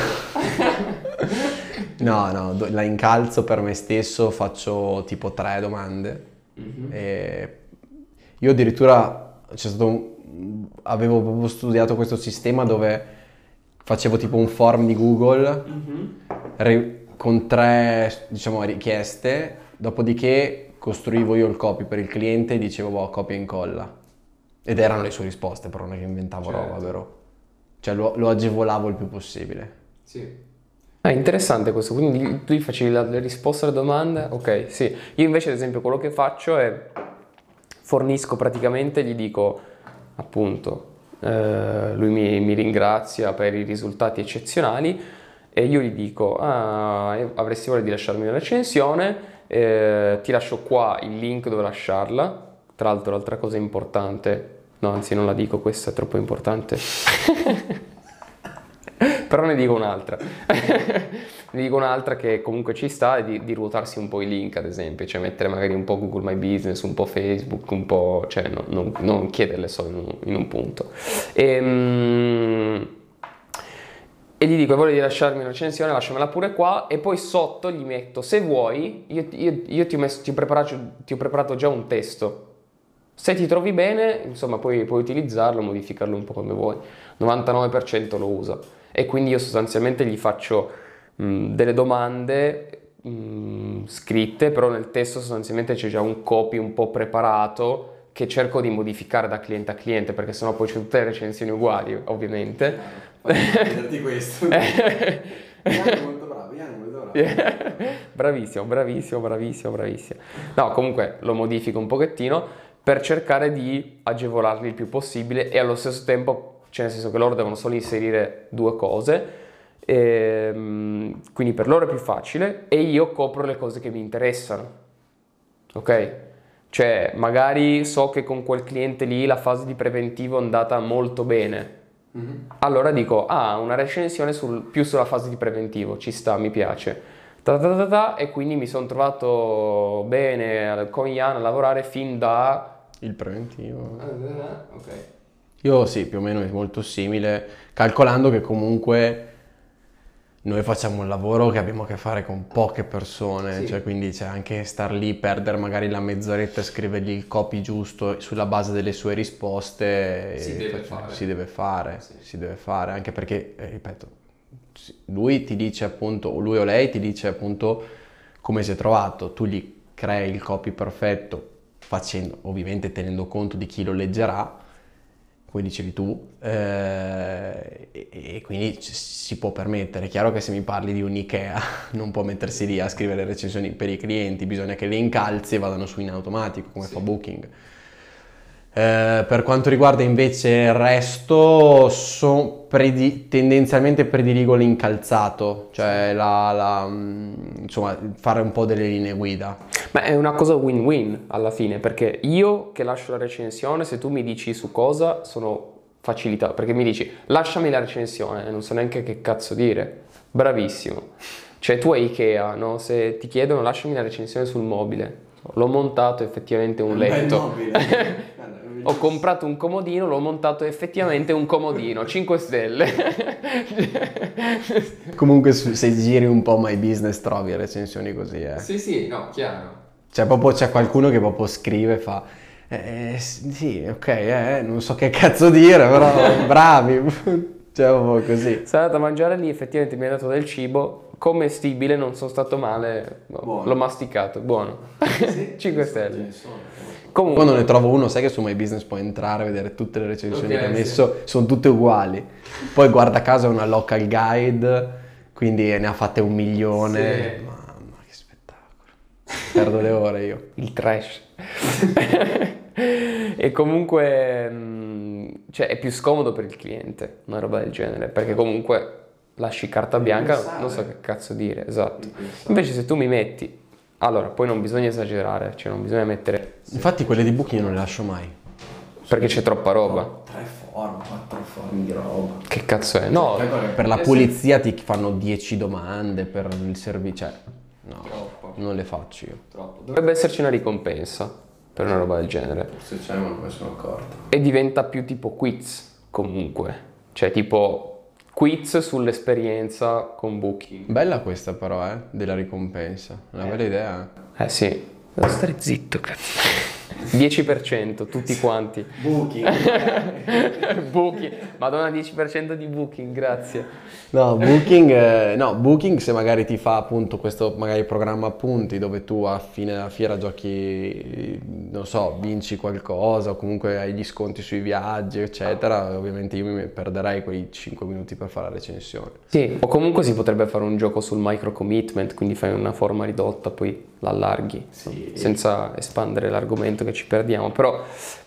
No, no, do- la incalzo per me stesso, faccio tipo tre domande. Mhm. E io addirittura c'è stato un- avevo proprio studiato questo sistema dove facevo tipo un form di Google Mhm. re- con tre, diciamo, richieste, dopodiché costruivo io il copy per il cliente e dicevo, boh, copia e incolla. Ed erano le sue risposte, però non è che inventavo Certo. roba, vero? Cioè lo, lo agevolavo il più possibile. Sì. È interessante questo, quindi tu gli facevi la- le risposte alle domande? Ok, sì. Io invece ad esempio quello che faccio è fornisco praticamente, gli dico appunto, eh, lui mi, mi ringrazia per i risultati eccezionali e io gli dico, ah, avresti voglia di lasciarmi una recensione, eh, ti lascio qua il link dove lasciarla. Tra l'altro l'altra cosa importante, no anzi non la dico, questa è troppo importante. Però ne dico un'altra. Ne dico un'altra che comunque ci sta, è di, di ruotarsi un po' i link, ad esempio, cioè mettere magari un po' Google My Business, un po' Facebook, un po', cioè no- non, non chiederle solo in un, in un punto. E, e gli dico, voglio di lasciarmi una recensione, lasciamela pure qua, e poi sotto gli metto, se vuoi, io, io- io ti, ho messo- ti ho preparato, ti ho preparato già un testo. Se ti trovi bene, insomma, puoi, puoi utilizzarlo, modificarlo un po' come vuoi. novantanove per cento lo usa. E quindi io sostanzialmente gli faccio mh, delle domande mh, scritte, però nel testo sostanzialmente c'è già un copy un po' preparato che cerco di modificare da cliente a cliente, perché sennò poi c'è tutte le recensioni uguali, ovviamente. Chiederti questo. Ian è molto bravo, Ian è molto bravo. Bravissimo, bravissimo, bravissimo, bravissimo. No, comunque lo modifico un pochettino per cercare di agevolarli il più possibile e allo stesso tempo, cioè nel senso che loro devono solo inserire due cose, ehm, quindi per loro è più facile e io copro le cose che mi interessano, ok? Cioè magari so che con quel cliente lì la fase di preventivo è andata molto bene, Mhm. allora dico, ah, una recensione sul- più sulla fase di preventivo, ci sta, mi piace. Ta ta ta ta, e quindi mi sono trovato bene con Ian a lavorare fin da... Il preventivo. Ok. Io sì, più o meno è molto simile, calcolando che comunque noi facciamo un lavoro che abbiamo a che fare con poche persone, Sì. cioè quindi c'è anche star lì, perdere magari la mezz'oretta e scrivergli il copy giusto sulla base delle sue risposte. Si e deve faccio- fare. Si deve fare, Sì. si deve fare, anche perché, eh, ripeto, sì, lui ti dice appunto, o lui o lei ti dice appunto come si è trovato, tu gli crei il copy perfetto, facendo, ovviamente tenendo conto di chi lo leggerà, come dicevi tu, eh, e, e quindi ci- si può permettere. È chiaro che se mi parli di un Ikea non può mettersi lì a scrivere recensioni per i clienti, bisogna che le incalzi e vadano su in automatico come Sì. fa Booking. Eh, per quanto riguarda invece il resto, so- predi- tendenzialmente prediligo l'incalzato, cioè la, la, mm, insomma, fare un po' delle linee guida. Ma è una cosa win-win alla fine, perché io che lascio la recensione, se tu mi dici su cosa, sono facilità, perché mi dici lasciami la recensione e non so neanche che cazzo dire. Bravissimo. Cioè tu hai Ikea, no? Se ti chiedono lasciami la recensione sul mobile, l'ho montato effettivamente un Un bel letto. mobile. Guarda, è Ho comprato un comodino, l'ho montato effettivamente un comodino, cinque stelle. Comunque su- se giri un po' My Business trovi recensioni così, eh. Sì, sì, no, chiaro. Cioè proprio c'è qualcuno che proprio scrive e fa eh, sì, ok, eh, non so che cazzo dire, però bravi. Cioè proprio così. Sono andato a mangiare lì, effettivamente mi ha dato del cibo commestibile, non sono stato male, no, Buono. l'ho masticato, buono. Sì, cinque ce stelle. ne sono. Comunque, Quando ne trovo uno, sai che su My Business puoi entrare a vedere tutte le recensioni Ok, che ha sì. messo, sono tutte uguali. Poi guarda caso è una local guide, quindi ne ha fatte un milione. Sì. Mamma, che spettacolo. Perdo le ore io. il trash. E comunque, mh, cioè, è più scomodo per il cliente una roba del genere, perché comunque lasci carta bianca, pensare. non so che cazzo dire, esatto. Devi pensare. Invece se tu mi metti, allora, poi non bisogna esagerare, cioè non bisogna mettere... Infatti quelle di Booking non le lascio mai. Perché c'è troppa roba. Tre forme, quattro forme di roba. Che cazzo è? No, Per la pulizia ti fanno dieci domande per il servizio, cioè no, Troppo. non le faccio io. troppo. Dovrebbe esserci una ricompensa per una roba del genere. Forse c'è, ma non me ne sono accorto. E diventa più tipo quiz, comunque. Cioè tipo quiz sull'esperienza con Booking. Bella questa però, eh, della ricompensa, una bella idea. Eh sì, devo stare zitto, cazzo. dieci per cento, tutti quanti. Booking. Booking, madonna, dieci per cento di Booking, grazie. No, Booking, eh, no, Booking se magari ti fa appunto questo magari programma a punti dove tu a fine della fiera giochi, non so, vinci qualcosa o comunque hai gli sconti sui viaggi, eccetera, ovviamente io mi perderei quei cinque minuti per fare la recensione. Sì, o comunque si potrebbe fare un gioco sul micro commitment, quindi fai una forma ridotta, poi l'allarghi, Sì. senza espandere l'argomento che ci perdiamo, però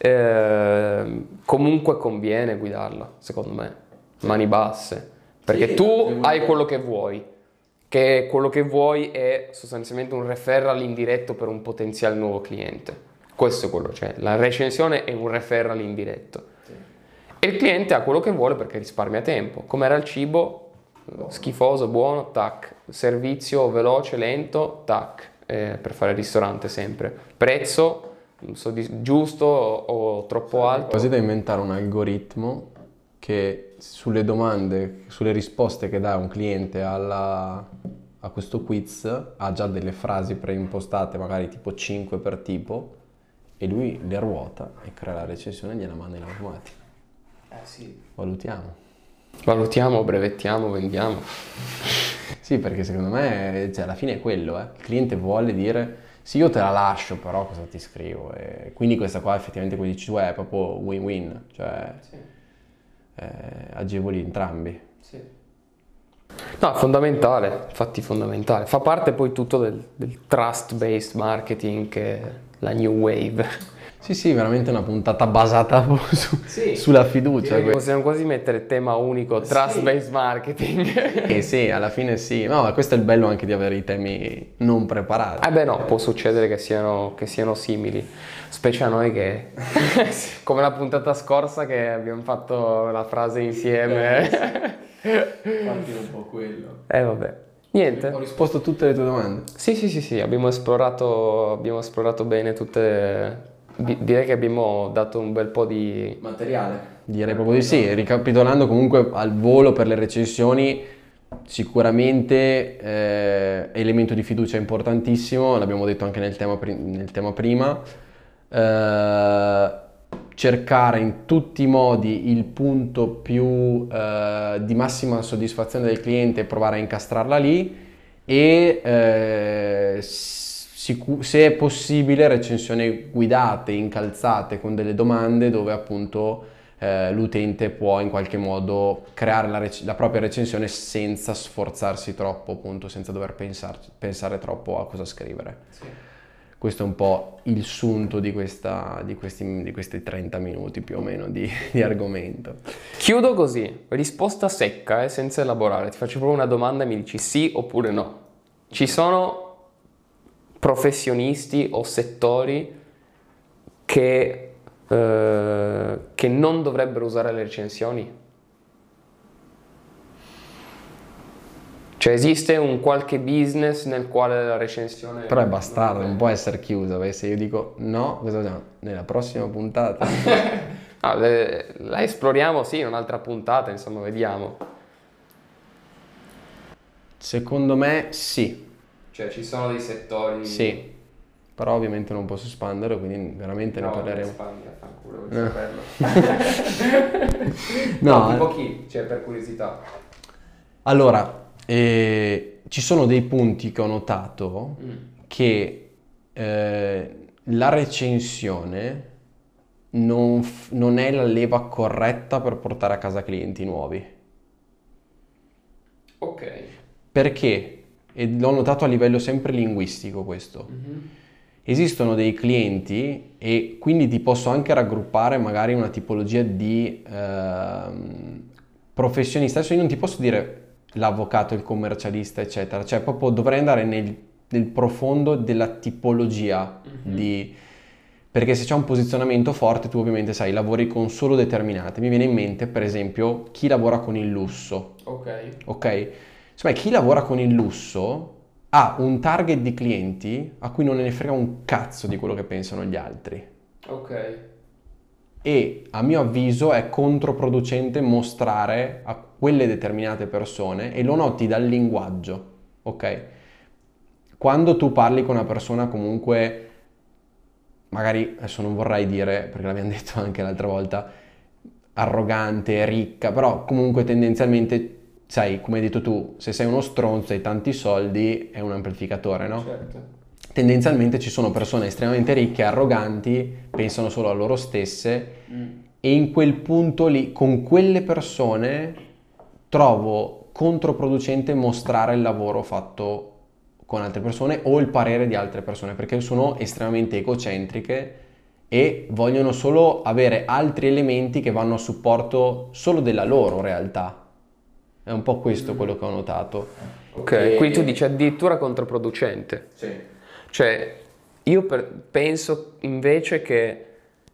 eh, comunque conviene guidarla, secondo me, mani basse, perché Sì, tu devo hai dire. quello che vuoi, che quello che vuoi è sostanzialmente un referral indiretto per un potenziale nuovo cliente. Questo è quello, cioè la recensione è un referral indiretto. E il cliente ha quello che vuole perché risparmia tempo. Com'era il cibo? Schifoso, buono, tac. Servizio veloce, lento, tac. Eh, per fare il ristorante sempre. Prezzo soddisf- giusto o, o troppo alto. Così da inventare un algoritmo che sulle domande, sulle risposte che dà un cliente alla, a questo quiz ha già delle frasi preimpostate, magari tipo cinque per tipo, e lui le ruota e crea la recensione e gliela manda in automatico. Eh sì. Valutiamo. Valutiamo, brevettiamo, vendiamo. Sì, perché secondo me, cioè, alla fine è quello, eh. Il cliente vuole dire, sì, io te la lascio, però cosa ti scrivo? E quindi questa qua effettivamente, come dici tu, è proprio win-win, cioè Sì. eh, agevoli entrambi. Sì. No, è fondamentale, infatti fondamentale. Fa parte poi tutto del, del trust-based marketing, che è la new wave. Sì, sì, veramente una puntata basata su- Sì. sulla fiducia. Direi che possiamo quasi mettere tema unico, trust-based marketing. Eh sì, alla fine sì. No, ma questo è il bello anche di avere i temi non preparati. Eh beh no, può succedere che siano, che siano simili, specie a noi che, come la puntata scorsa che abbiamo fatto la frase insieme. Infatti è un po' quello. Eh vabbè, niente. Ho risposto a tutte le tue domande. Sì, sì, sì, sì, abbiamo esplorato, abbiamo esplorato bene tutte... di- Direi che abbiamo dato un bel po' di... Materiale. Direi proprio di sì. Ricapitolando comunque al volo per le recensioni, sicuramente eh, elemento di fiducia importantissimo, l'abbiamo detto anche nel tema, pri- nel tema prima. Eh, cercare in tutti i modi il punto più eh, di massima soddisfazione del cliente e provare a incastrarla lì e eh, sicu- se è possibile recensioni guidate, incalzate con delle domande dove appunto eh, l'utente può in qualche modo creare la, rec- la propria recensione senza sforzarsi troppo, appunto, senza dover pensar- pensare troppo a cosa scrivere. Questo è un po' il sunto di, questa, di, questi, di questi trenta minuti più o meno di, di argomento. Chiudo così, risposta secca, eh, senza elaborare. Ti faccio proprio una domanda e mi dici sì oppure no. Ci sono professionisti o settori che, eh, che non dovrebbero usare le recensioni? Cioè esiste un qualche business nel quale la recensione... Però è bastardo, non può essere chiusa, perché se io dico no, cosa facciamo? Nella prossima puntata. Ah, le- la esploriamo, sì, in un'altra puntata, insomma, vediamo. Secondo me sì, Cioè ci sono dei settori... sì, però ovviamente non posso espandere, quindi veramente ne parleremo. No, No, tipo chi? Cioè per curiosità. allora, eh, ci sono dei punti che ho notato Mm. che eh, la recensione non, f- non è la leva corretta per portare a casa clienti nuovi. Ok. Perché? E l'ho notato a livello sempre linguistico questo. Esistono dei clienti e quindi ti posso anche raggruppare magari una tipologia di ehm, professionista. Adesso io non ti posso dire l'avvocato, il commercialista, eccetera. Cioè proprio dovrei andare nel, nel profondo della tipologia di Perché se c'è un posizionamento forte, tu ovviamente sai, lavori con solo determinate. Mi viene in mente, per esempio, chi lavora con il lusso. Ok. Ok? Insomma, chi lavora con il lusso ha un target di clienti a cui non ne frega un cazzo di quello che pensano gli altri. Ok. E a mio avviso è controproducente mostrare a quelle determinate persone, e lo noti dal linguaggio, ok? Quando tu parli con una persona comunque, magari, adesso non vorrei dire, perché l'abbiamo detto anche l'altra volta, arrogante, ricca, però comunque tendenzialmente, sai, come hai detto tu, se sei uno stronzo e hai tanti soldi è un amplificatore, no? Certo. Tendenzialmente ci sono persone estremamente ricche, arroganti, pensano solo a loro stesse, Mm. e in quel punto lì, con quelle persone, trovo controproducente mostrare il lavoro fatto con altre persone o il parere di altre persone, perché sono estremamente egocentriche e vogliono solo avere altri elementi che vanno a supporto solo della loro realtà. È un po' questo quello che ho notato. Ok, E- quindi tu dici addirittura controproducente. Sì. Cioè, io per- penso invece che,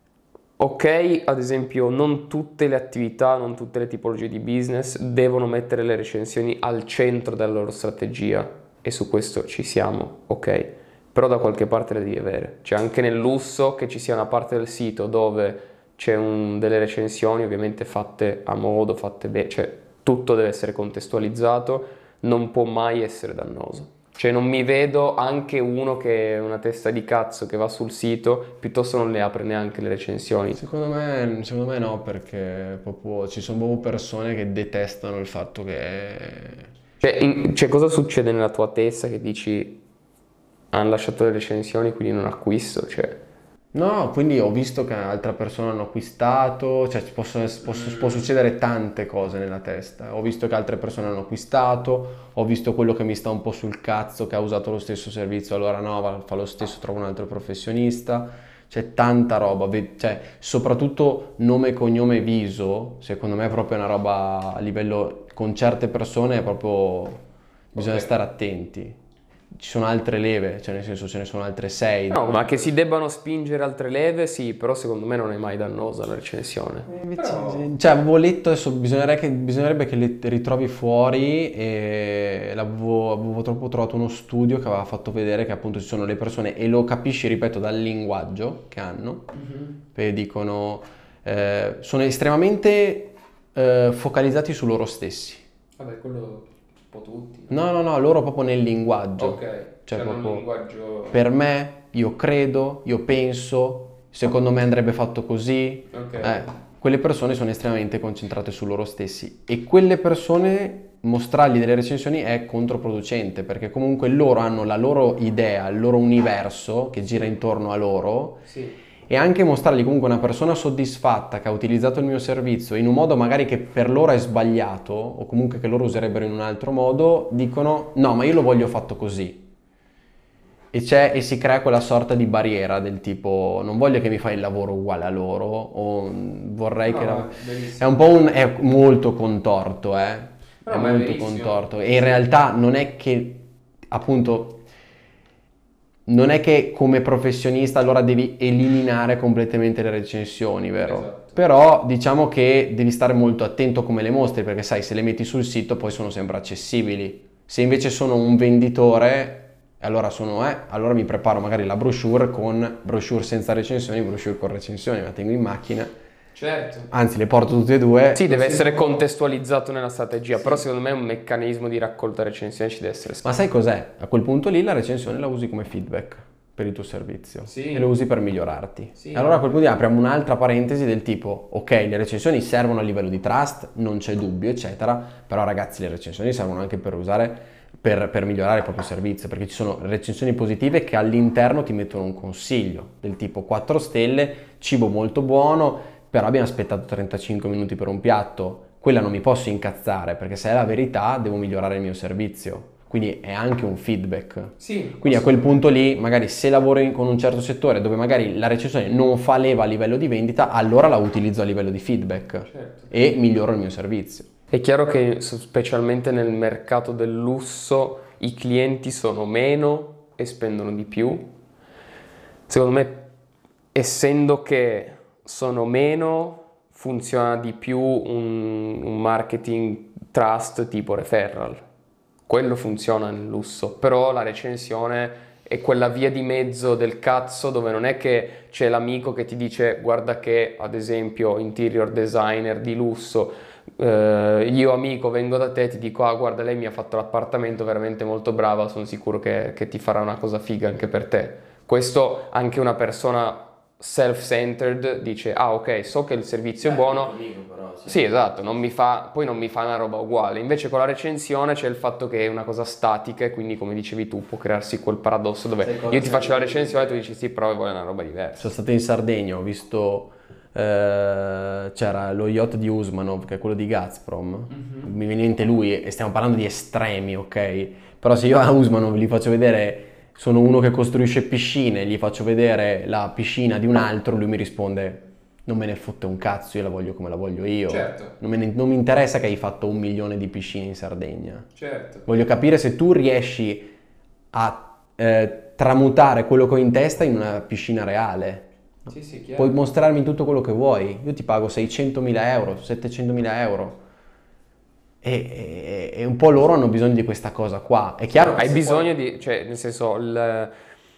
ok, ad esempio, non tutte le attività, non tutte le tipologie di business devono mettere le recensioni al centro della loro strategia, e su questo ci siamo, ok, però da qualche parte le devi avere. Cioè, anche nel lusso, che ci sia una parte del sito dove c'è un- delle recensioni ovviamente fatte a modo, fatte bene, cioè tutto deve essere contestualizzato, non può mai essere dannoso. Cioè non mi vedo anche uno che è una testa di cazzo che va sul sito, piuttosto non le apre neanche le recensioni. Secondo me, secondo me no, perché proprio ci sono proprio persone che detestano il fatto che... Cioè, in- cioè, cosa succede nella tua testa che dici hanno lasciato le recensioni quindi non acquisto? Cioè, No, quindi ho visto che altre persone hanno acquistato, cioè ci possono- posso- può succedere tante cose nella testa. Ho visto che altre persone hanno acquistato, ho visto quello che mi sta un po' sul cazzo, che ha usato lo stesso servizio, allora no, va- fa lo stesso, trova un altro professionista. C'è tanta roba, ve- cioè soprattutto nome, cognome, viso, secondo me è proprio una roba a livello, con certe persone è proprio, bisogna Ok. stare attenti. Ci sono altre leve, cioè nel senso ce ne sono altre sei. no, ma che si debbano spingere altre leve, sì, però secondo me non è mai dannosa la recensione. Eh, invece, cioè, avevo letto, adesso bisognerebbe che, bisognerebbe che le ritrovi fuori, e l'avevo, avevo troppo trovato uno studio che aveva fatto vedere che appunto ci sono le persone, e lo capisci, ripeto, dal linguaggio che hanno, perché dicono, eh, sono estremamente eh, focalizzati su loro stessi. Vabbè, quello un po' tutti. No, no, no, loro proprio nel linguaggio. Ok, Cioè, proprio, linguaggio... per me, io credo, io penso, secondo me andrebbe fatto così. Ok. Eh, quelle persone sono estremamente concentrate su loro stessi, e quelle persone mostrargli delle recensioni è controproducente, perché comunque loro hanno la loro idea, il loro universo che gira intorno a loro, Sì. e anche mostrargli comunque una persona soddisfatta che ha utilizzato il mio servizio in un modo magari che per loro è sbagliato, o comunque che loro userebbero in un altro modo, dicono no, ma io lo voglio fatto così. E, c'è, e si crea quella sorta di barriera del tipo non voglio che mi fai il lavoro uguale a loro, o vorrei No, che... è la- verissimo. È un po' un... è molto contorto, eh. No, È ma è molto verissimo. contorto. E in realtà non è che, appunto, non è che come professionista allora devi eliminare completamente le recensioni, vero? Esatto. Però diciamo che devi stare molto attento come le mostri, perché sai, se le metti sul sito poi sono sempre accessibili. Se invece sono un venditore, allora sono, eh, allora mi preparo magari la brochure con brochure senza recensioni, brochure con recensioni, la tengo in macchina, Certo. anzi le porto tutte e due. Sì, deve essere contestualizzato nella strategia, però secondo me un meccanismo di raccolta recensioni ci deve essere. Ma sai cos'è? A quel punto lì la recensione la usi come feedback per il tuo servizio, Sì. e lo usi per migliorarti. Sì. E allora a quel punto lì apriamo un'altra parentesi del tipo, ok, le recensioni servono a livello di trust, non c'è dubbio, eccetera, però ragazzi, le recensioni servono anche per usare, per, per migliorare il proprio servizio, perché ci sono recensioni positive che all'interno ti mettono un consiglio del tipo quattro stelle, cibo molto buono, però abbiamo aspettato trentacinque minuti per un piatto, quella non mi posso incazzare, perché se è la verità devo migliorare il mio servizio. Quindi è anche un feedback. Sì. Quindi a quel punto lì, magari se lavoro in- con un certo settore dove magari la recensione non fa leva a livello di vendita, allora la utilizzo a livello di feedback, Certo. e miglioro il mio servizio. È chiaro che specialmente nel mercato del lusso i clienti sono meno e spendono di più. Secondo me essendo che sono meno, funziona di più un, un marketing trust tipo referral. Quello funziona nel lusso, però la recensione è quella via di mezzo del cazzo dove non è che c'è l'amico che ti dice guarda che, ad esempio, interior designer di lusso, eh, io amico vengo da te e ti dico ah guarda lei mi ha fatto l'appartamento, veramente molto brava, sono sicuro che, che ti farà una cosa figa anche per te. Questo anche una persona self-centered dice ah ok, so che il servizio è buono, amico, però, sì. sì esatto, non mi fa, poi non mi fa una roba uguale. Invece con la recensione c'è il fatto che è una cosa statica e quindi come dicevi tu può crearsi quel paradosso dove io ti faccio la recensione e tu dici sì però vuole una roba diversa. Sono stato in Sardegna, ho visto eh, c'era lo yacht di Usmanov che è quello di Gazprom, mm-hmm. mi viene in mente lui e stiamo parlando di estremi, ok? Però se io a Usmanov gli faccio vedere, sono uno che costruisce piscine, gli faccio vedere la piscina di un altro, lui mi risponde non me ne fotte un cazzo, io la voglio come la voglio io. Certo. Non, me ne, non mi interessa che hai fatto un milione di piscine in Sardegna. Certo. Voglio capire se tu riesci a eh, tramutare quello che ho in testa in una piscina reale. Sì, sì, chiaro. Puoi mostrarmi tutto quello che vuoi. Io ti pago seicentomila euro, settecentomila euro. E, e, e un po' loro hanno bisogno di questa cosa qua. È chiaro. Hai bisogno poi... di, cioè, nel senso, il,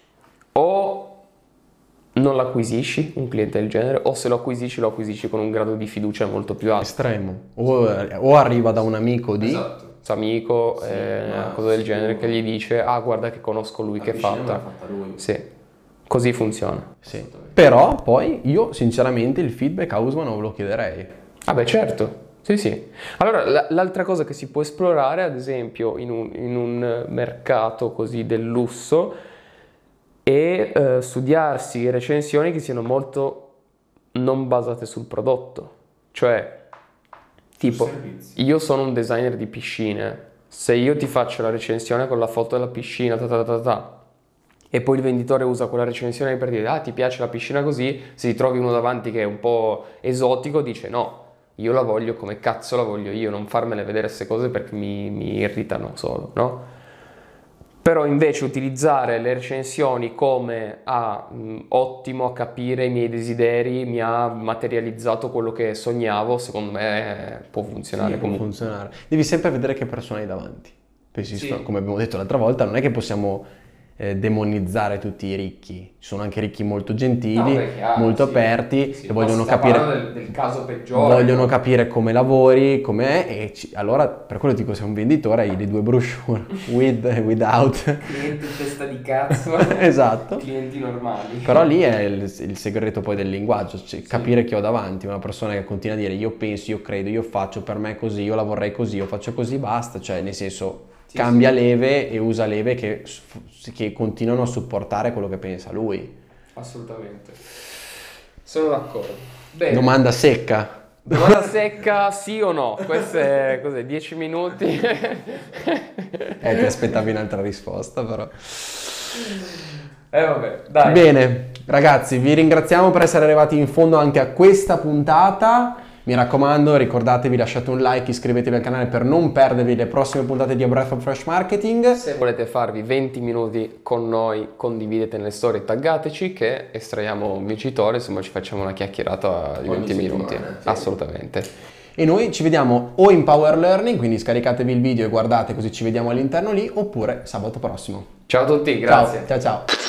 o non l'acquisisci un cliente del genere, o se lo acquisisci lo acquisisci con un grado di fiducia molto più alto. Estremo. O, o arriva da un amico di... Esatto. Amico, sì, eh, una cosa del genere che gli dice ah guarda che conosco lui, la che fatta. fatta lui. Sì. Così funziona. Sì. Però poi io sinceramente il feedback a Usmanov lo chiederei. Ah beh certo. Sì, sì. Allora, l- l'altra cosa che si può esplorare, ad esempio, in un, in un mercato così del lusso, è eh, studiarsi recensioni che siano molto non basate sul prodotto. Cioè, tipo, io sono un designer di piscine, se io ti faccio la recensione con la foto della piscina, ta ta ta ta, e poi il venditore usa quella recensione per dire ah ti piace la piscina così, se ti trovi uno davanti che è un po' esotico, dice no. Io la voglio come cazzo la voglio io, non farmele vedere queste cose perché mi, mi irritano solo, no? Però invece utilizzare le recensioni come ah, mh, ottimo a capire i miei desideri, mi ha materializzato quello che sognavo, secondo me può funzionare sì, comunque. Può funzionare. Devi sempre vedere che persona hai davanti. Pensi, Sì. come abbiamo detto l'altra volta, non è che possiamo eh, demonizzare tutti i ricchi. Ci sono anche ricchi molto gentili, No, beh, chiaro, molto sì. aperti, Sì, che ma vogliono si sta capire, parlando del, del caso peggiore. vogliono capire come lavori, com'è, e ci- allora per quello dico sei un venditore, hai le due brochure, with e without. Clienti in testa di cazzo. Esatto. Clienti normali. Però lì è il, il segreto poi del linguaggio, cioè capire chi ho davanti, una persona che continua a dire io penso, io credo, io faccio, per me è così, io la vorrei così, io faccio così, basta, cioè nel senso Sì, cambia sì. leve e usa leve che, che continuano a supportare quello che pensa lui. Assolutamente. Sono d'accordo. Bene. Domanda secca. Domanda secca, sì o no? Queste cos'è, dieci minuti. Eh, ti aspettavi un'altra risposta però. Eh vabbè, dai. Bene, ragazzi, vi ringraziamo per essere arrivati in fondo anche a questa puntata. Mi raccomando, ricordatevi, lasciate un like, iscrivetevi al canale per non perdervi le prossime puntate di A Breath of Fresh Marketing. Se volete farvi venti minuti con noi, condividete nelle storie, taggateci che estraiamo un vincitore, insomma ci facciamo una chiacchierata di Ogni venti minuti. settimana, sì. Assolutamente. E noi ci vediamo o in Power Learning, quindi scaricatevi il video e guardate così ci vediamo all'interno lì, oppure sabato prossimo. Ciao a tutti, grazie. Ciao, ciao ciao.